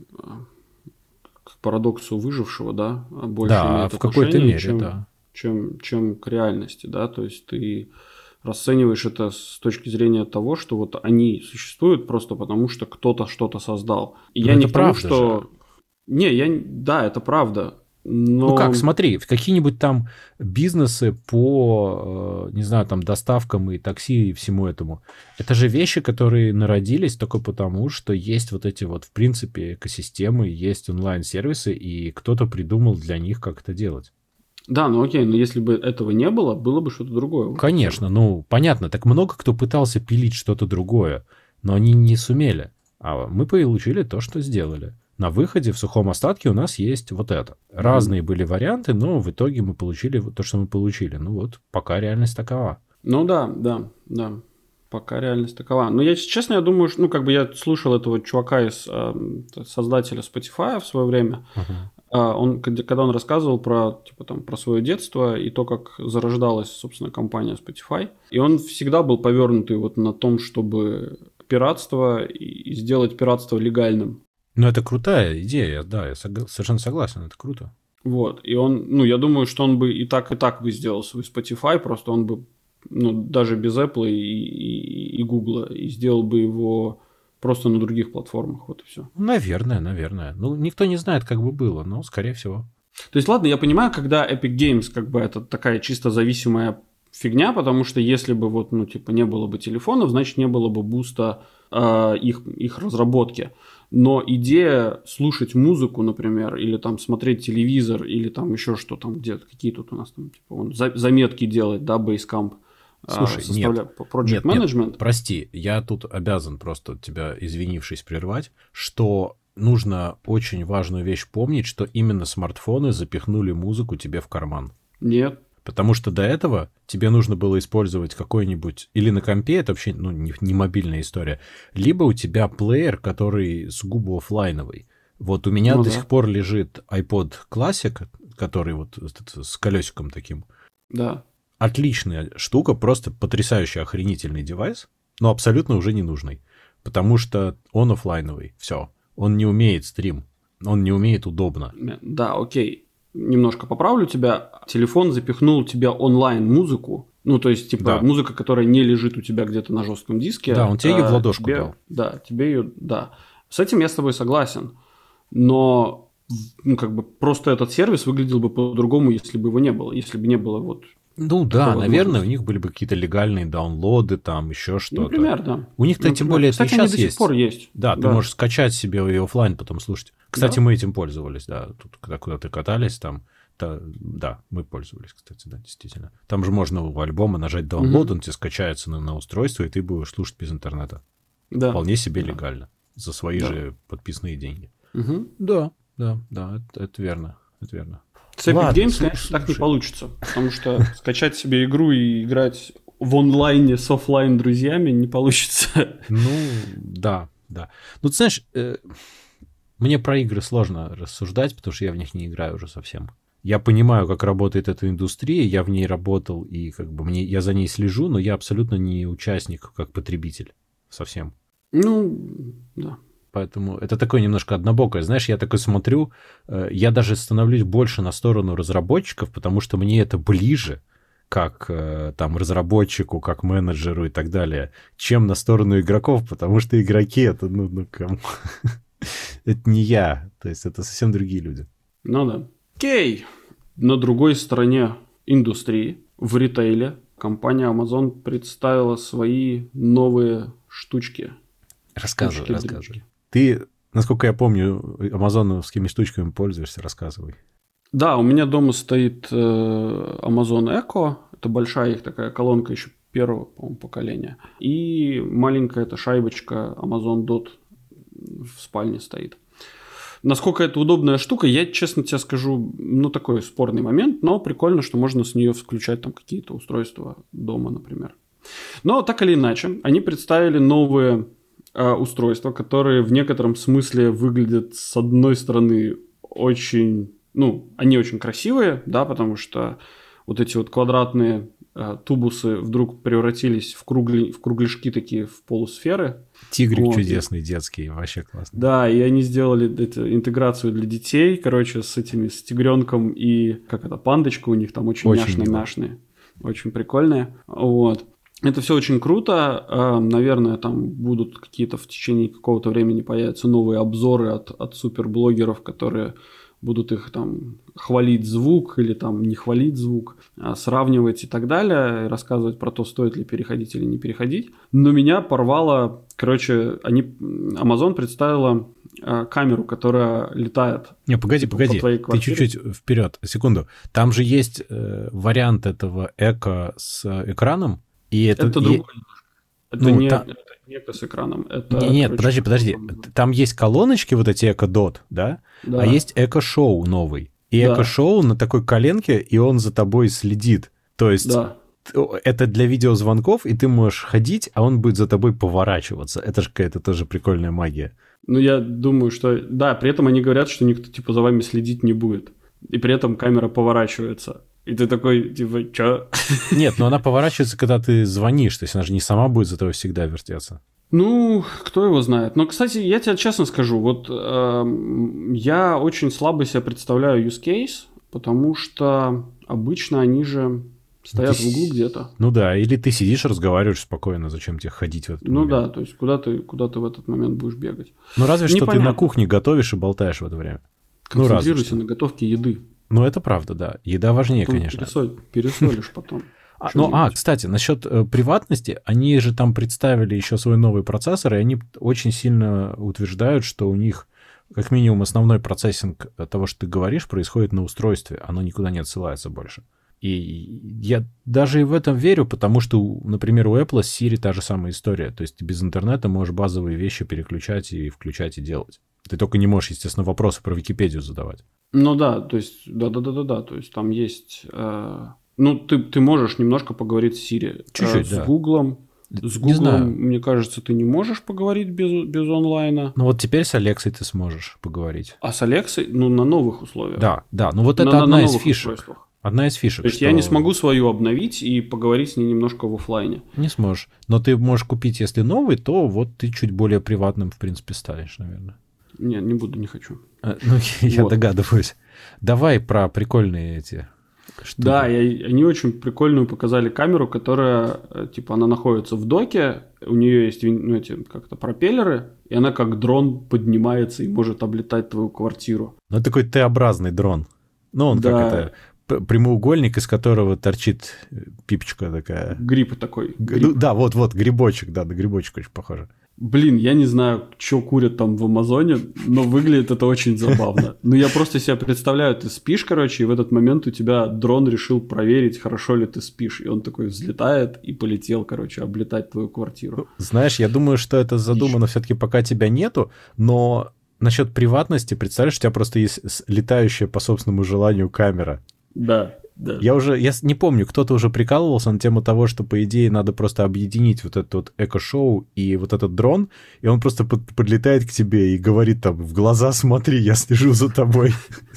к парадоксу выжившего, да, больше имеет в какой-то мере, чем к реальности, да, то есть ты расцениваешь это с точки зрения того, что вот они существуют просто потому, что кто-то что-то создал. И я не к тому, что... Да, это правда. Но... Ну как, смотри, какие-нибудь там бизнесы по, не знаю, там доставкам и такси и всему этому. Это же вещи, которые народились только потому, что есть вот эти вот, в принципе, экосистемы, есть онлайн-сервисы, и кто-то придумал для них, как это делать. Да, ну окей, но если бы этого не было, было бы что-то другое. Конечно, ну понятно, так много кто пытался пилить что-то другое, но они не сумели. А мы получили то, что сделали. На выходе в сухом остатке у нас есть вот это. Разные были варианты, но в итоге мы получили то, что мы получили. Ну вот, пока реальность такова. Ну да. Пока реальность такова. Но я, честно, я думаю, что, ну, как бы я слушал этого чувака из создателя Spotify в свое время. Когда он рассказывал про свое детство и то, как зарождалась, собственно, компания Spotify. И он всегда был повернутый вот на том, чтобы пиратство и сделать пиратство легальным. Ну, это крутая идея, да, я совершенно согласен, это круто. Вот, и он, ну, я думаю, что он бы и так бы сделал свой Spotify, просто он бы, ну, даже без Apple и Google, и сделал бы его просто на других платформах, вот и все. Наверное. Ну, никто не знает, как бы было, но, скорее всего. То есть, ладно, я понимаю, когда Epic Games, как бы, это такая чисто зависимая фигня, потому что если бы вот, ну, типа, не было бы телефонов, значит, не было бы буста их разработки. Но идея слушать музыку, например, или там смотреть телевизор, или там еще что там, где-то, какие тут у нас там, типа, заметки делать, да, Basecamp. Слушай, Project Management. Нет, прости, я тут обязан просто тебя, извинившись, прервать, что нужно очень важную вещь помнить, что именно смартфоны запихнули музыку тебе в карман. Нет. Потому что до этого тебе нужно было использовать какой-нибудь... Или на компе, это вообще не мобильная история. Либо у тебя плеер, который сугубо офлайновый. Вот у меня до сих пор лежит iPod Classic, который вот с колесиком таким. Да. Отличная штука, просто потрясающий, охренительный девайс, но абсолютно уже не нужный. Потому что он офлайновый. Все. Он не умеет стрим. Он не умеет удобно. Да, окей. Немножко поправлю тебя. Телефон запихнул тебе онлайн-музыку. Ну, то есть, типа, музыка, которая не лежит у тебя где-то на жестком диске. Да, он тебе ее в ладошку дал. Да, тебе ее, да. С этим я с тобой согласен. Но ну, как бы просто этот сервис выглядел бы по-другому, если бы его не было, если бы не было вот... Ну да, наверное, у них были бы какие-то легальные даунлоды, там еще что-то. Например, да. У них-то тем более Кстати, это и сейчас они до сих пор есть. Да, ты можешь скачать себе и офлайн потом слушать. Кстати, мы этим пользовались, да. Тут, когда куда-то катались, там, да, мы пользовались, кстати, да, действительно. Там же можно у альбома нажать download, он тебе скачается на устройство, и ты будешь слушать без интернета. Да. Вполне себе легально. За свои же подписные деньги. Да, это верно. Это верно. С Epic Games, конечно, так не получится. Потому что скачать себе игру и играть в онлайне с офлайн друзьями не получится. Ну, да. Ну, ты знаешь, мне про игры сложно рассуждать, потому что я в них не играю уже совсем. Я понимаю, как работает эта индустрия, я в ней работал, и как бы я за ней слежу, но я абсолютно не участник, как потребитель. Совсем. Ну, да. Поэтому это такое немножко однобокое. Знаешь, я такой смотрю, я даже становлюсь больше на сторону разработчиков, потому что мне это ближе, как там разработчику, как менеджеру и так далее, чем на сторону игроков, потому что игроки это, это не я, то есть это совсем другие люди. Ну да. Окей. На другой стороне индустрии, в ритейле, компания Amazon представила свои новые штучки. Рассказывай. Ты, насколько я помню, амазоновскими штучками пользуешься, рассказывай. Да, у меня дома стоит Amazon Echo. Это большая их такая колонка еще первого, по-моему, поколения. И маленькая эта шайбочка Amazon Dot в спальне стоит. Насколько это удобная штука, я, честно тебе скажу, такой спорный момент, но прикольно, что можно с нее включать там какие-то устройства дома, например. Но так или иначе, они представили новые устройства, которые в некотором смысле выглядят, с одной стороны, очень... они очень красивые, да, потому что вот эти вот квадратные тубусы вдруг превратились в кругляшки такие, в полусферы. Тигрик чудесный, детский, вообще классно. Да, и они сделали интеграцию для детей, с тигренком и, пандочка у них там очень няшные, очень прикольные, вот. Это все очень круто. Наверное, там будут какие-то в течение какого-то времени появятся новые обзоры от суперблогеров, которые будут их там хвалить звук или там не хвалить звук, сравнивать и так далее, рассказывать про то, стоит ли переходить или не переходить. Но меня порвало, Amazon представила камеру, которая летает. Не, погоди, ты чуть-чуть вперед, секунду. Там же есть вариант этого эко с экраном. И это другое. Это не эко с экраном. Нет, подожди. Там есть колоночки, вот эти эко-дот, да? А есть эко-шоу новый. И эко-шоу на такой коленке, и он за тобой следит. То есть это для видеозвонков, и ты можешь ходить, а он будет за тобой поворачиваться. Это же какая-то тоже прикольная магия. Я думаю, что... Да, при этом они говорят, что никто за вами следить не будет. И при этом камера поворачивается. И ты такой, чё? Нет, но она поворачивается, когда ты звонишь. То есть она же не сама будет за тобой всегда вертеться. Кто его знает. Но, кстати, я тебе честно скажу, я очень слабо себе представляю use case, потому что обычно они же стоят в углу где-то. Ну да, или ты сидишь, разговариваешь спокойно, зачем тебе ходить в этот момент? Да, то есть куда ты в этот момент будешь бегать. Разве что ты на кухне готовишь и болтаешь в это время. Концентрируйся на готовке еды. Это правда, да. Еда важнее, конечно. Пересолишь потом. Кстати, насчет приватности, они же там представили еще свой новый процессор, и они очень сильно утверждают, что у них как минимум основной процессинг того, что ты говоришь, происходит на устройстве, оно никуда не отсылается больше. И я даже и в этом верю, потому что, например, у Apple с Siri та же самая история. То есть ты без интернета можешь базовые вещи переключать и включать и делать. Ты только не можешь, естественно, вопросы про Википедию задавать. То есть, да. То есть там есть... ты можешь немножко поговорить с Siri. Чуть-чуть, с Гуглом. С Гуглом, мне кажется, ты не можешь поговорить без онлайна. Теперь с Алексой ты сможешь поговорить. А с Алексой, на новых условиях. Да. Это одна из фишек. Устройствах. Одна из фишек. То есть я не смогу свою обновить и поговорить с ней немножко в офлайне. Не сможешь. Но ты можешь купить, если новый, то ты чуть более приватным, в принципе, станешь, наверное. Нет, не буду, не хочу. Я догадываюсь. Давай про прикольные эти Да, они очень прикольную показали камеру, которая, типа, она находится в доке, у нее есть, ну, эти, как-то пропеллеры, и она как дрон поднимается и может облетать твою квартиру. Ну, такой Т-образный дрон. Ну, он Да. как это, прямоугольник, из которого торчит пипочка такая. Гриб такой. Ну, да, вот, грибочек, да, на грибочек очень похоже. Блин, я не знаю, что курят там в Амазоне, но выглядит это очень забавно. Ну, я просто себе представляю, ты спишь, короче, и в этот момент у тебя дрон решил проверить, хорошо ли ты спишь. И он такой взлетает и полетел, короче, облетать твою квартиру. Знаешь, я думаю, что это задумано все-таки пока тебя нету, но насчет приватности, представляешь, у тебя просто есть летающая по собственному желанию камера. Да. Да. Я не помню, кто-то уже прикалывался на тему того, что, по идее, надо просто объединить вот это вот эко-шоу и вот этот дрон, и он просто подлетает к тебе и говорит там: в глаза смотри, я слежу за тобой.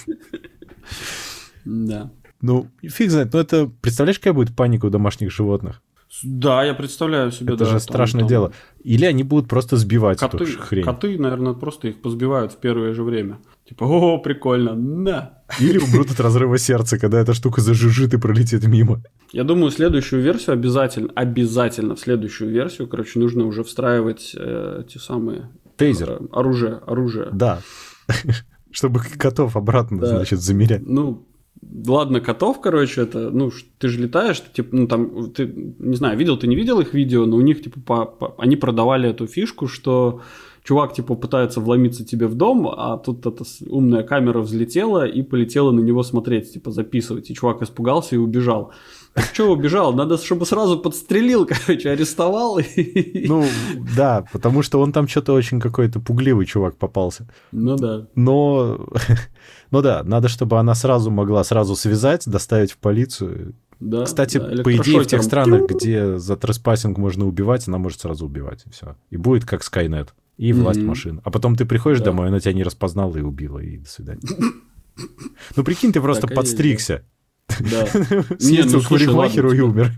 Да. Ну, фиг знает, но это... Представляешь, какая будет паника у домашних животных? Да, я представляю себе. Это же страшное дело. Или они будут просто сбивать эту хрень. Коты, наверное, просто их позбивают в первое же время. Типа, о, прикольно, на. Или умрут от разрыва сердца, когда эта штука зажужжит и пролетит мимо. Я думаю, следующую версию обязательно в следующую версию, короче, нужно уже встраивать те самые... Тейзер. Оружие. Да. Чтобы котов обратно, значит, замерять. Ну, ладно, котов, короче, это, ну, ты же летаешь, типа, ну, там, ты, не знаю, ты не видел их видео, но у них, типа, они продавали эту фишку, что чувак, типа, пытается вломиться тебе в дом, а тут эта умная камера взлетела и полетела на него смотреть, типа, записывать, и чувак испугался и убежал. Так что убежал? Надо, чтобы сразу подстрелил, короче, арестовал. Ну, да, потому что он там что-то очень какой-то пугливый чувак попался. Ну, да. Но... Ну да, надо, чтобы она сразу могла связать, доставить в полицию. Да, кстати, да, по идее, в тех странах, где за тrespassing можно убивать, она может сразу убивать, и все. И будет как Skynet. И власть машин. А потом ты приходишь домой, она тебя не распознала и убила, и до свидания. Ну, прикинь, ты просто подстригся. Да. Съездил к парикмахеру и умер.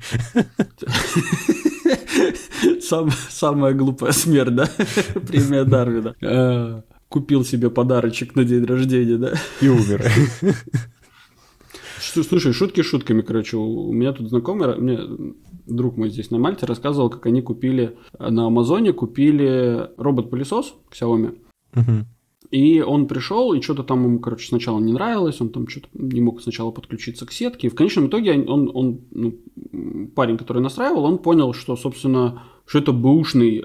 Самая глупая смерть, да? Премия Дарвина. Купил себе подарочек на день рождения, да? И умер. Слушай, шутки шутками, короче, у меня тут знакомый, мне друг мой здесь на Мальте рассказывал, как они купили на Амазоне, робот-пылесос Xiaomi. Угу. И он пришел, и что-то там ему, короче, сначала не нравилось, он там что-то не мог сначала подключиться к сетке. И в конечном итоге парень, который настраивал, он понял, что, собственно, что это бэушный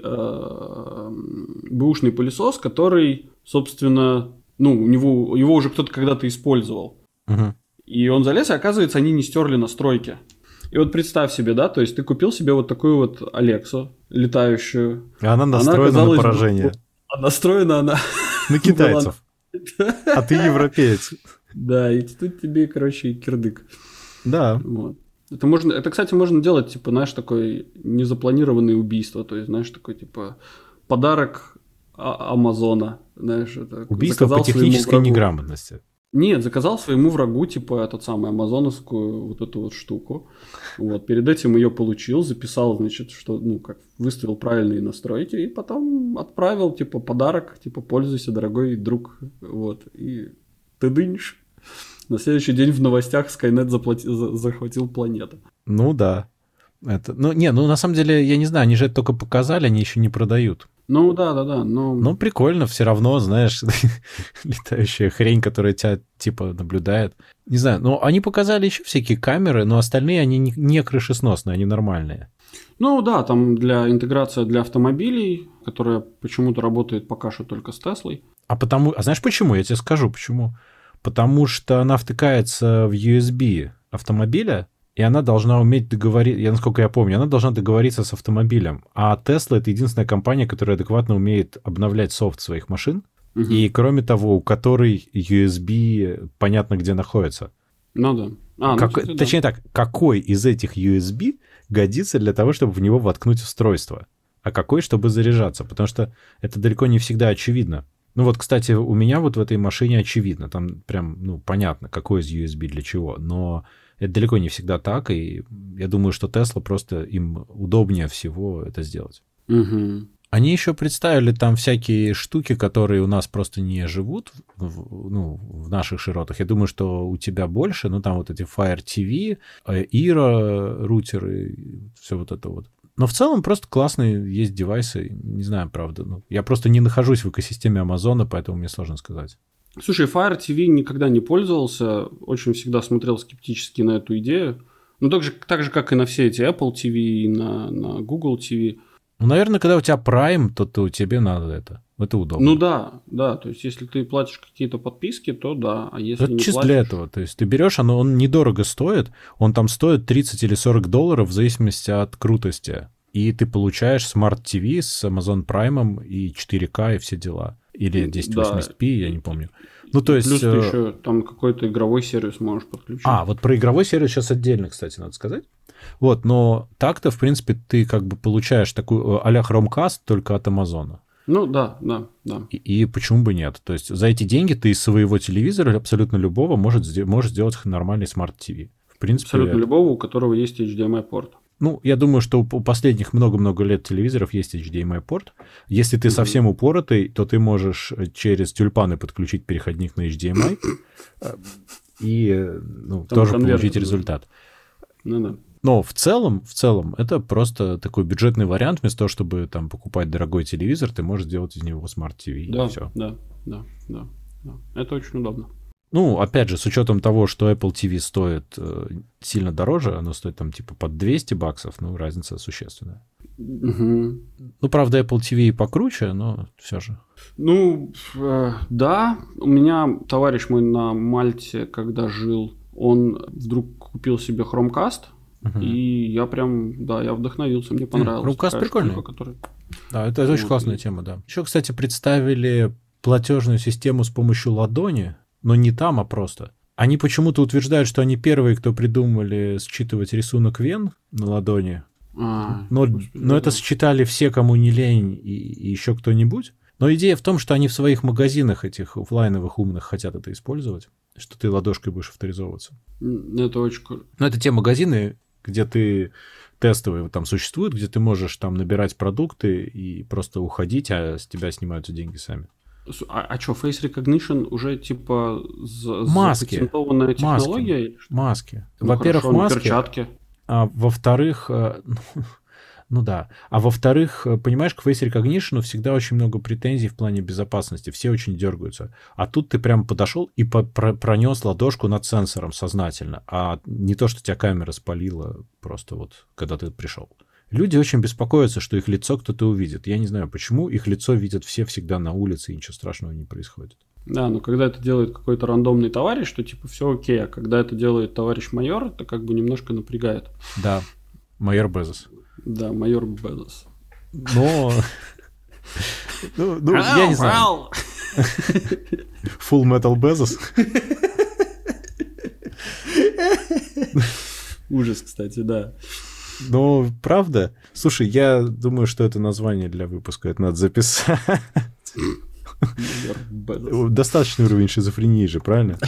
пылесос, который, собственно, ну, его уже кто-то когда-то использовал. Угу. И он залез, и оказывается, они не стерли настройки. И вот представь себе, да, то есть ты купил себе вот такую вот Алексу летающую. И она настроена на поражение. А настроена она... На китайцев. А ты европеец. Да, и тут тебе, короче, кирдык. Да. Вот. Это, кстати, можно делать, типа, знаешь, такое незапланированное убийство. То есть, знаешь, такой, типа, подарок Амазона. Знаешь, это убийство по технической неграмотности. Нет, заказал своему врагу, типа, этот самый амазоновскую вот эту вот штуку. Вот, перед этим ее получил, записал, значит, что, ну, как выставил правильные настройки, и потом отправил, типа, подарок, типа, пользуйся, дорогой друг. Вот, и ты дынешь. На следующий день в новостях Skynet захватил планету. Ну, да. На самом деле, я не знаю, они же это только показали, они еще не продают. Ну, да. Ну, прикольно, все равно, знаешь, летающая хрень, которая тебя, типа, наблюдает. Не знаю, но они показали еще всякие камеры, но остальные, они не крышесносные, они нормальные. Ну, да, там интеграция для автомобилей, которая почему-то работает пока что только с Теслой. А знаешь почему? Я тебе скажу, почему. Потому что она втыкается в USB автомобиля, и она должна уметь договориться, насколько я помню, она должна договориться с автомобилем. А Tesla — это единственная компания, которая адекватно умеет обновлять софт своих машин. Угу. И, кроме того, у которой USB понятно, где находится. Ну да. Точнее так, какой из этих USB годится для того, чтобы в него воткнуть устройство, а какой, чтобы заряжаться. Потому что это далеко не всегда очевидно. Ну вот, кстати, у меня вот в этой машине очевидно. Там прям, понятно, какой из USB для чего. Но это далеко не всегда так, и я думаю, что Tesla просто им удобнее всего это сделать. Угу. Они еще представили там всякие штуки, которые у нас просто не живут в наших широтах. Я думаю, что у тебя больше, ну, там вот эти Fire TV, Ira, рутеры, все вот это вот. Но в целом просто классные есть девайсы, не знаю, правда. Ну, я просто не нахожусь в экосистеме Амазона, поэтому мне сложно сказать. Слушай, Fire TV никогда не пользовался, очень всегда смотрел скептически на эту идею. Ну, так же, как и на все эти Apple TV, и на Google TV. Ну, наверное, когда у тебя Prime, то тебе надо это. Это удобно. Ну да. То есть, если ты платишь какие-то подписки, то да. А если это не чисто платишь... для этого. То есть, ты берешь, он недорого стоит. Он там стоит 30 или 40 долларов в зависимости от крутости. И ты получаешь Smart TV с Amazon Prime и 4К и все дела. Или 1080p, я не помню. Ну, то есть... Плюс ты еще там какой-то игровой сервис можешь подключить. Вот про игровой сервис сейчас отдельно, кстати, надо сказать. Вот, но так-то, в принципе, ты как бы получаешь такую а-ля Chromecast только от Амазона. Ну, да. И почему бы нет? То есть за эти деньги ты из своего телевизора абсолютно любого можешь сделать нормальный Smart TV. В принципе, абсолютно любого, у которого есть HDMI-порт. Ну, я думаю, что у последних много-много лет телевизоров есть HDMI-порт. Если ты совсем упоротый, то ты можешь через тюльпаны подключить переходник на HDMI и тоже получить результат. Ну да. Но в целом, это просто такой бюджетный вариант. Вместо того, чтобы там покупать дорогой телевизор, ты можешь сделать из него Smart TV. Да, и все. Да. Это очень удобно. Ну, опять же, с учетом того, что Apple TV стоит сильно дороже, оно стоит там типа под $200, ну, разница существенная. Угу. Ну, правда, Apple TV и покруче, но все же. Ну, да. У меня товарищ мой на Мальте, когда жил, он вдруг купил себе Chromecast, и я я вдохновился, мне понравилось. Chromecast прикольный. Штука, Да, это очень классная тема, да. Еще, кстати, представили платежную систему с помощью ладони, но не там, а просто. Они почему-то утверждают, что они первые, кто придумали считывать рисунок вен на ладони. Но это считали все, кому не лень, и еще кто-нибудь. Но идея в том, что они в своих магазинах этих офлайновых умных хотят это использовать, что ты ладошкой будешь авторизовываться. Это очень круто. Но это те магазины, где ты тестовые там существуют, где ты можешь там набирать продукты и просто уходить, а с тебя снимаются деньги сами. А что, Face Recognition уже типа запатентованная технология? Маски. Во-первых, маски. Перчатки. А во-вторых, ну да. А во-вторых, понимаешь, к Face Recognition всегда очень много претензий в плане безопасности. Все очень дергаются. А тут ты прям подошел и пронес ладошку над сенсором сознательно. А не то, что тебя камера спалила просто вот, когда ты пришел. Люди очень беспокоятся, что их лицо кто-то увидит. Я не знаю, почему их лицо видят все всегда на улице, и ничего страшного не происходит. Да, но когда это делает какой-то рандомный товарищ, то типа все окей. А когда это делает товарищ майор, это как бы немножко напрягает. Да, майор Безос. Да, майор Безос. Но... я не знаю. Full Metal Bezos. Ужас, кстати, да. Ну, правда? Слушай, я думаю, что это название для выпуска это надо записать. Достаточный уровень шизофрении же, правильно?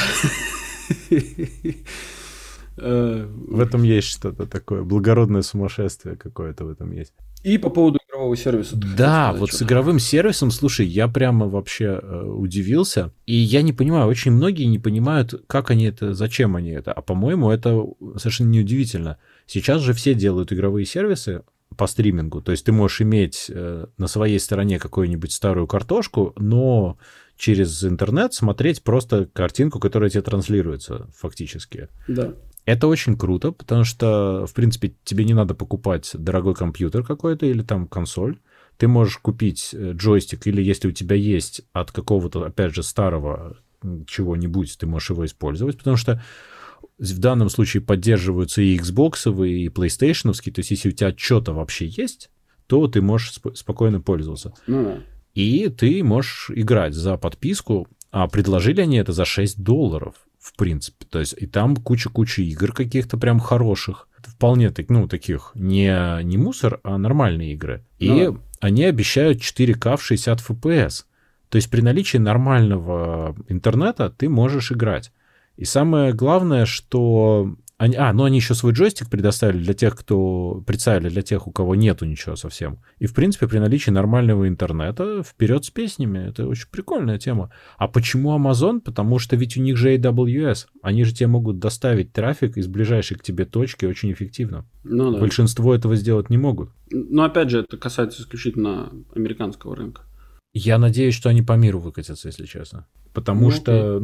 В этом есть что-то такое. Благородное сумасшествие какое-то в этом есть. И по поводу игрового сервиса. Да, вот с игровым сервисом, слушай, я прямо вообще удивился. И я не понимаю, очень многие не понимают, как они это, зачем они это. А по-моему, это совершенно неудивительно. Сейчас же все делают игровые сервисы по стримингу. То есть ты можешь иметь на своей стороне какую-нибудь старую картошку, но через интернет смотреть просто картинку, которая тебе транслируется фактически. Да. Это очень круто, потому что, в принципе, тебе не надо покупать дорогой компьютер какой-то или там консоль. Ты можешь купить джойстик, или если у тебя есть от какого-то, опять же, старого чего-нибудь, ты можешь его использовать, потому что в данном случае поддерживаются и Xbox, и PlayStation, то есть если у тебя что-то вообще есть, то ты можешь спокойно пользоваться. И ты можешь играть за подписку, а предложили они это за $6, в принципе. То есть и там куча-куча игр каких-то прям хороших. Вполне таких не мусор, а нормальные игры. И они обещают 4К в 60 FPS. То есть при наличии нормального интернета ты можешь играть. И самое главное, что Ну они еще свой джойстик предоставили для тех, кто представили, для тех, у кого нету ничего совсем. И, в принципе, при наличии нормального интернета вперед с песнями. Это очень прикольная тема. А почему Amazon? Потому что ведь у них же AWS. Они же тебе могут доставить трафик из ближайшей к тебе точки очень эффективно. Ну, да. Большинство этого сделать не могут. Но, опять же, это касается исключительно американского рынка. Я надеюсь, что они по миру выкатятся, если честно. Потому что,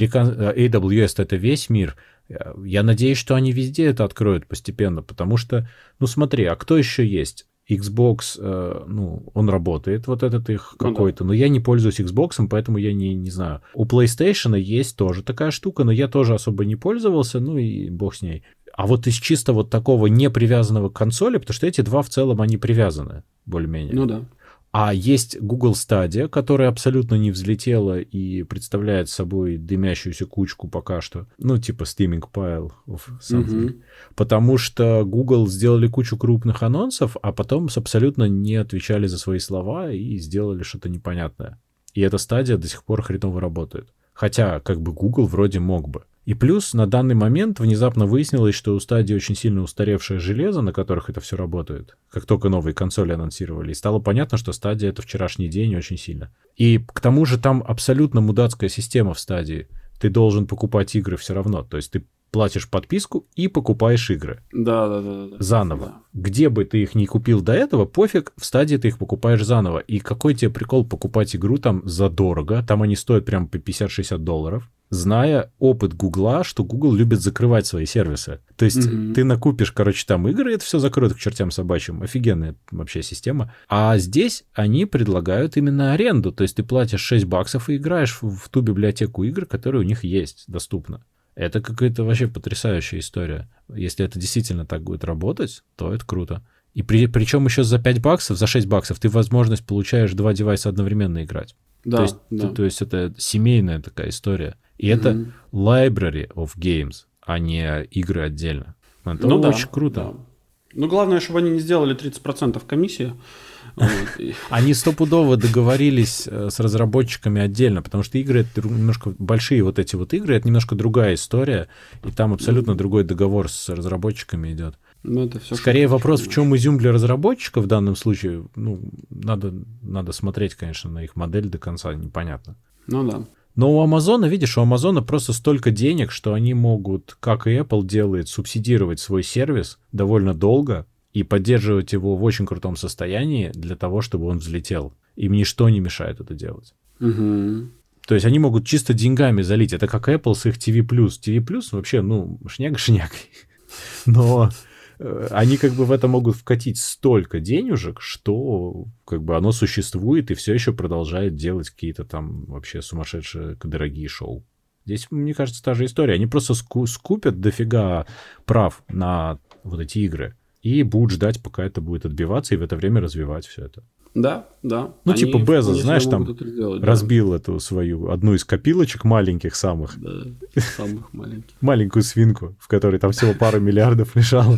AWS — это весь мир. Я надеюсь, что они везде это откроют постепенно, потому что, смотри, а кто еще есть? Xbox, он работает, вот этот их какой-то, но я не пользуюсь Xbox, поэтому я не знаю. У PlayStation есть тоже такая штука, но я тоже особо не пользовался, и бог с ней. А вот из чисто вот такого непривязанного к консоли, потому что эти два в целом, они привязаны, более-менее. Ну да. А есть Google Stadia, которая абсолютно не взлетела и представляет собой дымящуюся кучку пока что. Типа steaming pile of something. Потому что Google сделали кучу крупных анонсов, а потом абсолютно не отвечали за свои слова и сделали что-то непонятное. И эта Stadia до сих пор хреново работает. Хотя, Google вроде мог бы. И плюс на данный момент внезапно выяснилось, что у Stadia очень сильно устаревшее железо, на которых это все работает, как только новые консоли анонсировали. И стало понятно, что Stadia — это вчерашний день очень сильно. И к тому же там абсолютно мудацкая система в Stadia. Ты должен покупать игры все равно. То есть ты платишь подписку и покупаешь игры. Да. Заново. Да. Где бы ты их ни купил до этого, пофиг, в Stadia ты их покупаешь заново. И какой тебе прикол покупать игру там задорого? Там они стоят прям по $50-60. Зная опыт Гугла, что Google любит закрывать свои сервисы. То есть ты накупишь, там игры, и это все закроют к чертям собачьим. Офигенная вообще система. А здесь они предлагают именно аренду. То есть ты платишь $6 и играешь в ту библиотеку игр, которая у них есть, доступна. Это какая-то вообще потрясающая история. Если это действительно так будет работать, то это круто. И причем еще за $5, за $6 ты возможность получаешь 2 девайса одновременно играть. Да, то есть это семейная такая история. И это library of games, а не игры отдельно. Это очень круто. Да. Главное, чтобы они не сделали 30% комиссии. Они стопудово договорились с разработчиками отдельно, потому что игры — это немножко большие вот эти вот игры, это немножко другая история, и там абсолютно другой договор с разработчиками идет. Это все скорее вопрос, в чем изюм для разработчиков в данном случае. Надо смотреть, конечно, на их модель до конца, непонятно. Да. Но у Амазона, видишь, у Амазона просто столько денег, что они могут, как и Apple делает, субсидировать свой сервис довольно долго и поддерживать его в очень крутом состоянии для того, чтобы он взлетел. Им ничто не мешает это делать. То есть они могут чисто деньгами залить. Это как Apple с их TV+. TV+, вообще, шняга-шняга. Но они в это могут вкатить столько денежек, что оно существует и все еще продолжает делать какие-то там вообще сумасшедшие дорогие шоу. Здесь, мне кажется, та же история. Они просто скупят дофига прав на вот эти игры и будут ждать, пока это будет отбиваться, и в это время развивать все это. Да. Типа Безос, знаешь, там разбил эту свою одну из копилочек маленьких самых. Да, самых маленьких. Маленькую свинку, в которой там всего пару миллиардов лежало.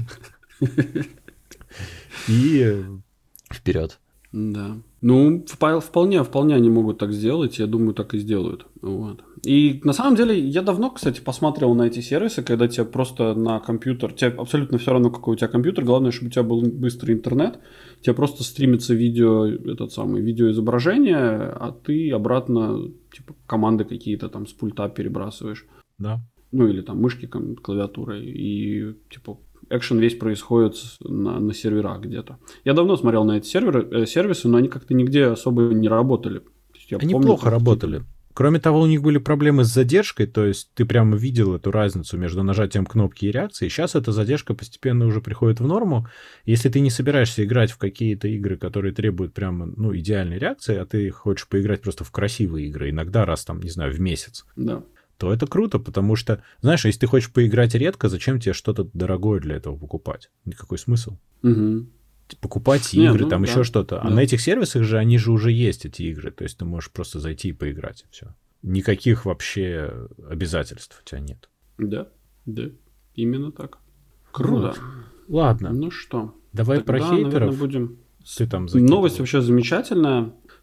И вперед. Да. Вполне они могут так сделать, я думаю, так и сделают. Вот. И на самом деле я давно, кстати, посмотрел на эти сервисы, когда тебе просто на компьютер, тебе абсолютно все равно, какой у тебя компьютер, главное, чтобы у тебя был быстрый интернет, тебе просто стримится видеоизображение, а ты обратно команды какие-то там с пульта перебрасываешь. Да. Или там мышки, клавиатурой, и экшен весь происходит на серверах где-то. Я давно смотрел на эти сервисы, но они как-то нигде особо не работали. Они плохо работали. Кроме того, у них были проблемы с задержкой, то есть ты прямо видел эту разницу между нажатием кнопки и реакцией. Сейчас эта задержка постепенно уже приходит в норму. Если ты не собираешься играть в какие-то игры, которые требуют прямо идеальной реакции, а ты хочешь поиграть просто в красивые игры, иногда раз в месяц, да, то это круто, потому что, знаешь, если ты хочешь поиграть редко, зачем тебе что-то дорогое для этого покупать? Никакой смысл. Покупать игры, еще что-то. А на этих сервисах же, они же уже есть, эти игры. То есть ты можешь просто зайти и поиграть, и все. Никаких вообще обязательств у тебя нет. Да, именно так. Круто. Ладно. Ну что? Давай про хейтеров. Будем... Ты там Новость вообще замечательная.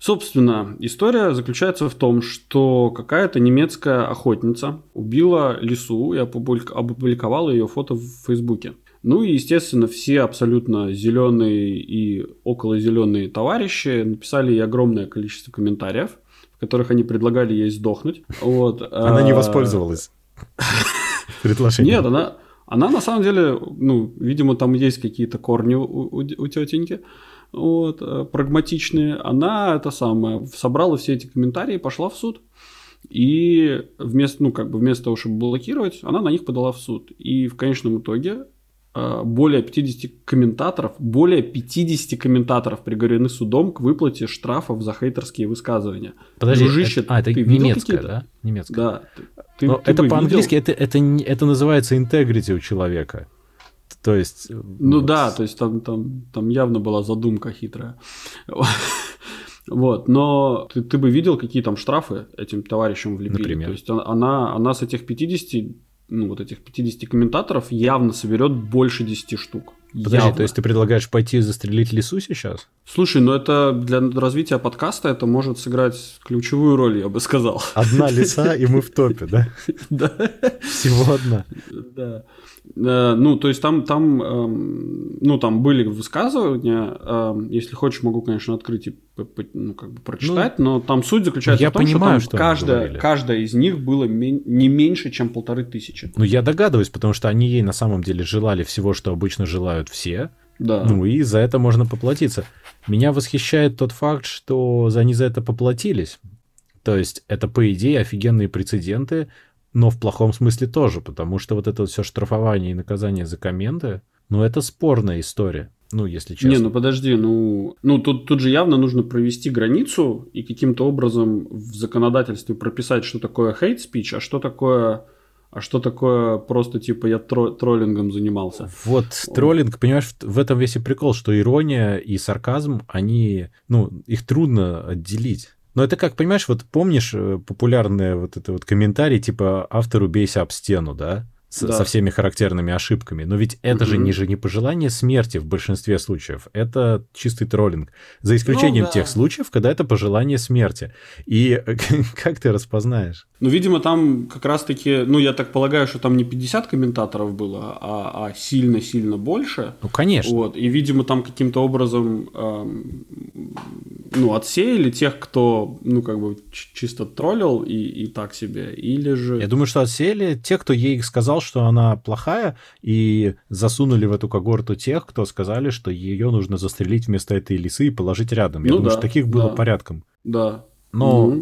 Собственно, история заключается в том, что какая-то немецкая охотница убила лису и опубликовала ее фото в Фейсбуке. Ну и, естественно, все абсолютно зеленые и околозеленые товарищи написали ей огромное количество комментариев, в которых они предлагали ей сдохнуть. Вот. Она не воспользовалась предложением. Нет, она на самом деле, ну, видимо, там есть какие-то корни у тетеньки, вот, прагматичные. Она собрала все эти комментарии, пошла в суд. И вместо того, чтобы блокировать, она на них подала в суд. И в конечном итоге более 50 комментаторов приговорены судом к выплате штрафов за хейтерские высказывания. Подожди, Дружище, это немецкая, да? Немецкая. Да. Но это по-английски, это называется integrity у человека. То есть... Ну вот. Да, то есть там явно была задумка хитрая. Вот, но ты бы видел, какие там штрафы этим товарищам влепили. Например? То есть она с этих 50... Ну, вот этих 50 комментаторов явно соберет больше 10 штук. Подожди, явно. То есть ты предлагаешь пойти застрелить лису сейчас? Слушай, ну это для развития подкаста это может сыграть ключевую роль, я бы сказал. Одна лиса, и мы в топе, да? Да. Всего одна. Да. Ну, то есть там были высказывания. Если хочешь, могу, конечно, открыть и прочитать, но там суть заключается в том, что каждая из них было не меньше, чем 1500. Ну, я догадываюсь, потому что они ей на самом деле желали всего, что обычно желают все. Да. Ну, и за это можно поплатиться. Меня восхищает тот факт, что они за это поплатились. То есть это, по идее, офигенные прецеденты, но в плохом смысле тоже, потому что вот это вот все штрафование и наказание за комменты, ну, это спорная история, ну, если честно. Не, ну, подожди, тут же явно нужно провести границу и каким-то образом в законодательстве прописать, что такое hate speech, а что такое просто, типа, я троллингом занимался. Вот троллинг, понимаешь, в этом весь и прикол, что ирония и сарказм, их трудно отделить. Но это как, понимаешь, вот помнишь популярные вот это вот комментарии, типа «автор убейся об стену», да? Со всеми характерными ошибками. Но ведь это же не пожелание смерти в большинстве случаев. Это чистый троллинг. За исключением тех случаев, когда это пожелание смерти. И как ты распознаешь? Ну, видимо, там как раз-таки... Ну, я так полагаю, что там не 50 комментаторов было, а сильно-сильно больше. Ну, конечно. Вот. И, видимо, там каким-то образом отсеяли тех, кто, чисто троллил и так себе. Или же... Я думаю, что отсеяли тех, кто ей сказал, что она плохая, и засунули в эту когорту тех, кто сказали, что ее нужно застрелить вместо этой лисы и положить рядом. Я думаю, что таких было порядком. Да. Но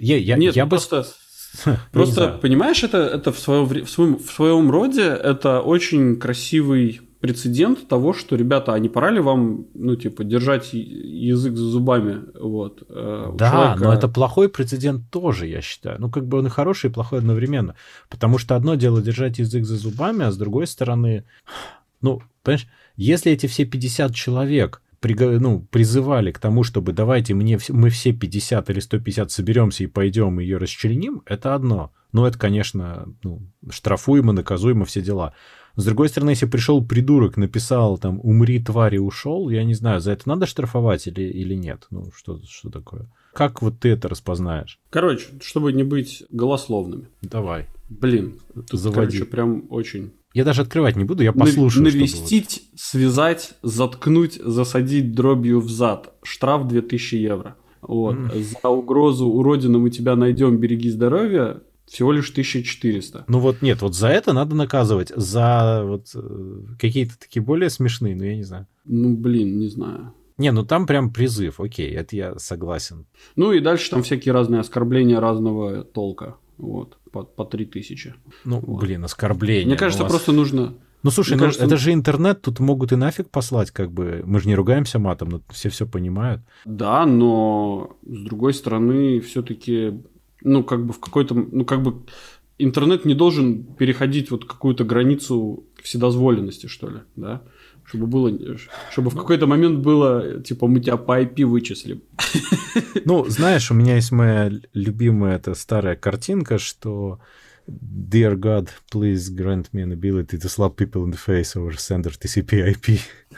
Просто, понимаешь, это в своем роде это очень красивый прецедент того, что, ребята, а не пора ли вам, держать язык за зубами? Вот, да, но это плохой прецедент тоже, я считаю. Он и хороший, и плохой одновременно. Потому что одно дело держать язык за зубами, а с другой стороны, понимаешь, если эти все 50 человек призывали к тому, чтобы давайте мы все 50 или 150 соберемся и пойдем ее расчленим, это одно. Это, конечно, штрафуемо, наказуемо, все дела. С другой стороны, если пришел придурок, написал там «умри, тварь» и ушел, я не знаю, за это надо штрафовать или нет? Что такое? Как вот ты это распознаешь? Короче, чтобы не быть голословными. Давай. Блин, тут, заводи. прям очень... Я даже открывать не буду, я послушаю. Навестить, связать, заткнуть, засадить дробью в зад. Штраф 2000 евро. Вот. За угрозу уродина мы тебя найдем, береги здоровья. Всего лишь 1400. Нет, за это надо наказывать. За какие-то такие более смешные, я не знаю. Не знаю. Там прям призыв, окей, это я согласен. И дальше там всякие разные оскорбления разного толка. Вот, по 3000. Оскорбления. Мне кажется, просто нужно... Слушай, это же интернет, тут могут и нафиг послать, мы же не ругаемся матом, но все понимают. Да, но с другой стороны, все-таки... в какой-то... интернет не должен переходить какую-то границу вседозволенности, что ли, да? Чтобы в какой-то момент было, типа, мы тебя по IP вычислим. Знаешь, у меня есть моя любимая эта старая картинка, что Dear God, please grant me an ability to slap people in the face over sender TCP IP.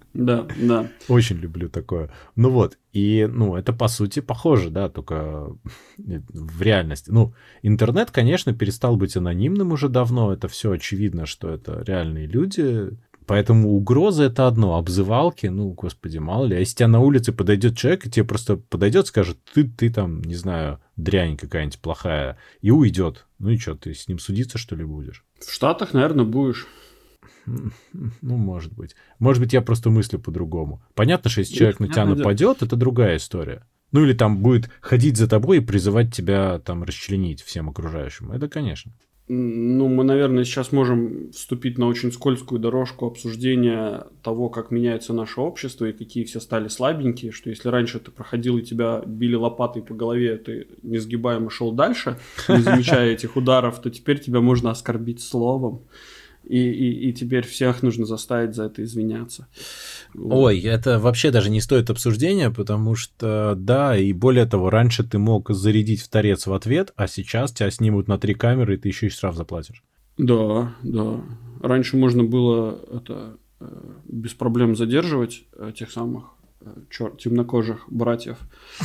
Да, да. Очень люблю такое. Ну вот, и, ну, это по сути похоже, да, только в реальности. Ну, интернет, конечно, перестал быть анонимным уже давно, это все очевидно, что это реальные люди, поэтому угроза — это одно, обзывалки, ну, господи, мало ли. А если тебя на улице подойдет человек, и тебе просто подойдет, скажет, ты там, не знаю, дрянь какая-нибудь плохая, и уйдет. Ну и что, ты с ним судиться, что ли, будешь? В Штатах, наверное, будешь. Ну, может быть. Может быть, я просто мыслю по-другому. Понятно, что если человек на тебя нападет, это другая история. Ну, или там будет ходить за тобой и призывать тебя там расчленить всем окружающим. Это, конечно. Ну, мы, наверное, сейчас можем вступить на очень скользкую дорожку обсуждения того, как меняется наше общество и какие все стали слабенькие, что если раньше ты проходил и тебя били лопатой по голове, ты несгибаемо шел дальше, не замечая этих ударов, то теперь тебя можно оскорбить словом. И теперь всех нужно заставить за это извиняться. Ой, это вообще даже не стоит обсуждения, потому что, да, и более того, раньше ты мог зарядить в торец в ответ, а сейчас тебя снимут на 3 камеры, и ты еще и штраф заплатишь. Да, да. Раньше можно было это без проблем задерживать тех самых темнокожих братьев.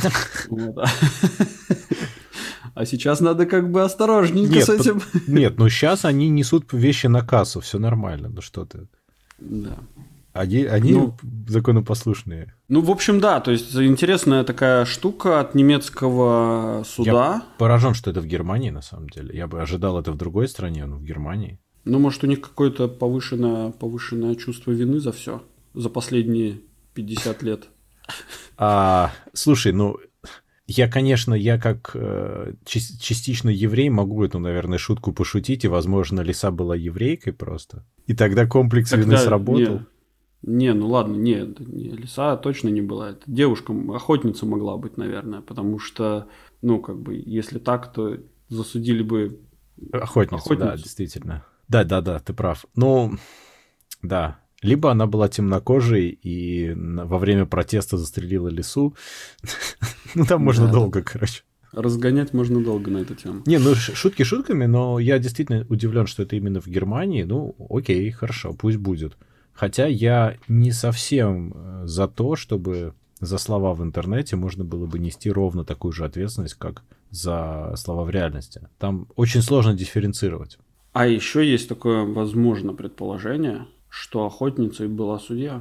А сейчас надо как бы осторожненько с этим. Нет, но сейчас они несут вещи на кассу, все нормально, ну что ты. Да. Они законопослушные. Ну, в общем, да, то есть интересная такая штука от немецкого суда. Я поражен, что это в Германии, на самом деле. Я бы ожидал это в другой стране, но в Германии. Ну, может, у них какое-то повышенное чувство вины за все, за последние 50 лет. Слушай, ну... Я как частично еврей могу эту, наверное, шутку пошутить, и, возможно, Лиса была еврейкой просто. И тогда комплекс вины сработал. Ну ладно, Лиса точно не была. Это девушка, охотница могла быть, наверное, потому что, ну, как бы, если так, то засудили бы охотницу. Да, действительно. Да, ты прав. Ну, да. Либо она была темнокожей и во время протеста застрелила лису. Ну, там можно долго, короче. Разгонять можно долго на эту тему. Не, ну, шутки шутками, но я действительно удивлен, что это именно в Германии. Ну, окей, хорошо, пусть будет. Хотя я не совсем за то, чтобы за слова в интернете можно было бы нести ровно такую же ответственность, как за слова в реальности. Там очень сложно дифференцировать. А еще есть такое, возможно, предположение, что охотницей была судья.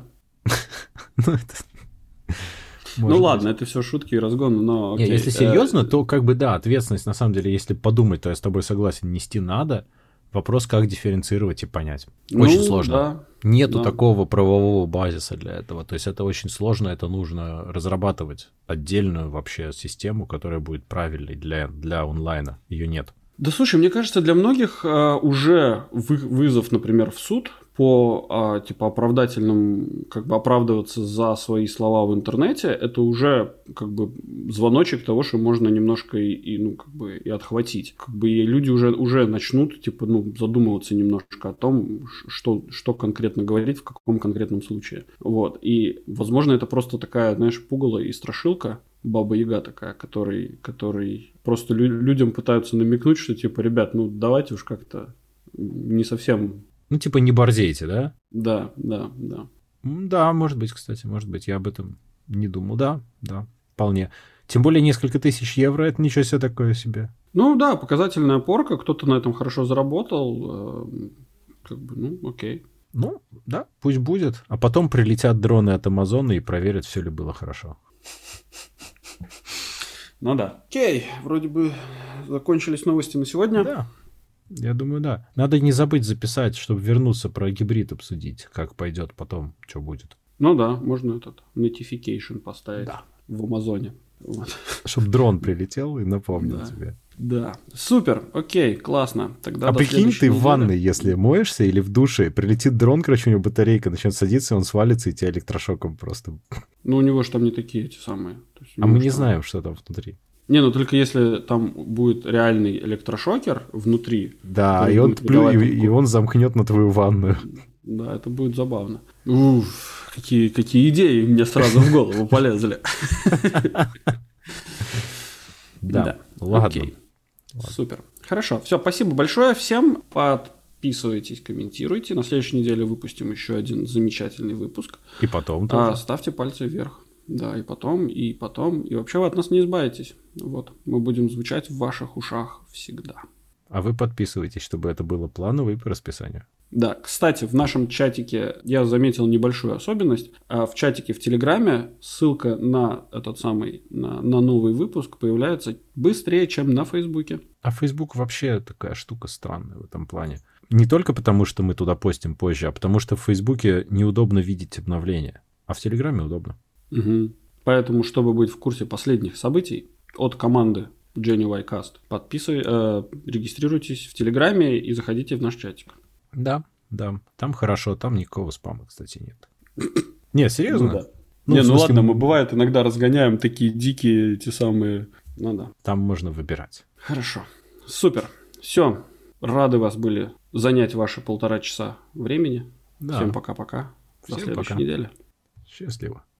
Ну ладно, это все шутки и разгоны, но окей. Если серьезно, то как бы да, ответственность на самом деле, если подумать, то я с тобой согласен, нести надо. Вопрос, как дифференцировать и понять. Очень сложно. Да, Нету такого правового базиса для этого. То есть это очень сложно, это нужно разрабатывать отдельную вообще систему, которая будет правильной для онлайна. Ее нет. Да слушай, мне кажется, для многих уже вызов, например, в суд по типа оправдательным, как бы оправдываться за свои слова в интернете, это уже как бы звоночек того, что можно немножко ну, как бы и отхватить. Как бы и люди уже начнут типа, ну, задумываться немножко о том, что конкретно говорить в каком конкретном случае. Вот. И, возможно, это просто такая, знаешь, пугало и страшилка, Баба-Яга такая, который просто людям пытаются намекнуть, что типа, ребят, ну давайте уж как-то не совсем... Ну, типа, не борзейте, да? Да. Да, может быть, кстати, я об этом не думал. Да, вполне. Тем более несколько тысяч евро, это ничего себе такое себе. Ну да, показательная порка, кто-то на этом хорошо заработал, как бы, ну, окей. Ну, да, пусть будет. А потом прилетят дроны от Амазона и проверят, все ли было хорошо. Ну да. Окей, вроде бы закончились новости на сегодня. Да, я думаю, да. Надо не забыть записать, чтобы вернуться про гибрид обсудить, как пойдет потом, что будет. Ну да, можно этот notification поставить в Амазоне. Вот. Чтобы дрон прилетел и напомнил тебе. Да, супер, окей, классно. Тогда прикинь, ты в ванной, если моешься или в душе, прилетит дрон, короче, у него батарейка начнет садиться, он свалится и тебя электрошоком просто. Ну, у него же там не такие эти самые. То есть, мы не знаем, что там внутри. Не, ну только если там будет реальный электрошокер внутри. Да, и он замкнет на твою ванную. Да, это будет забавно. Уф, какие идеи мне сразу в голову полезли. Да, ладно. Супер. Хорошо. Все, спасибо большое всем. подписывайтесь, комментируйте. На следующей неделе выпустим еще один замечательный выпуск. И потом тоже. Ставьте пальцы вверх. Да, и потом. И вообще вы от нас не избавитесь. Вот. Мы будем звучать в ваших ушах всегда. А вы подписывайтесь, чтобы это было планово и по расписанию. Да, кстати, в нашем чатике я заметил небольшую особенность. В чатике в Телеграме ссылка на на новый выпуск появляется быстрее, чем на Фейсбуке. А Facebook вообще такая штука странная в этом плане. Не только потому, что мы туда постим позже, а потому что в Фейсбуке неудобно видеть обновления, а в Телеграме удобно. Угу. Поэтому, чтобы быть в курсе последних событий от команды GenuiCast, регистрируйтесь в Телеграме и заходите в наш чатик. Да. Там хорошо, там никакого спама, кстати, нет. Не, серьезно? Ну, да. Ладно, мы бывает иногда разгоняем такие дикие эти самые... Ну да. Там можно выбирать. Хорошо. Супер. Все. Рады вас были занять ваши 1,5 часа времени. Да. Всем пока-пока. До следующей недели. Счастливо.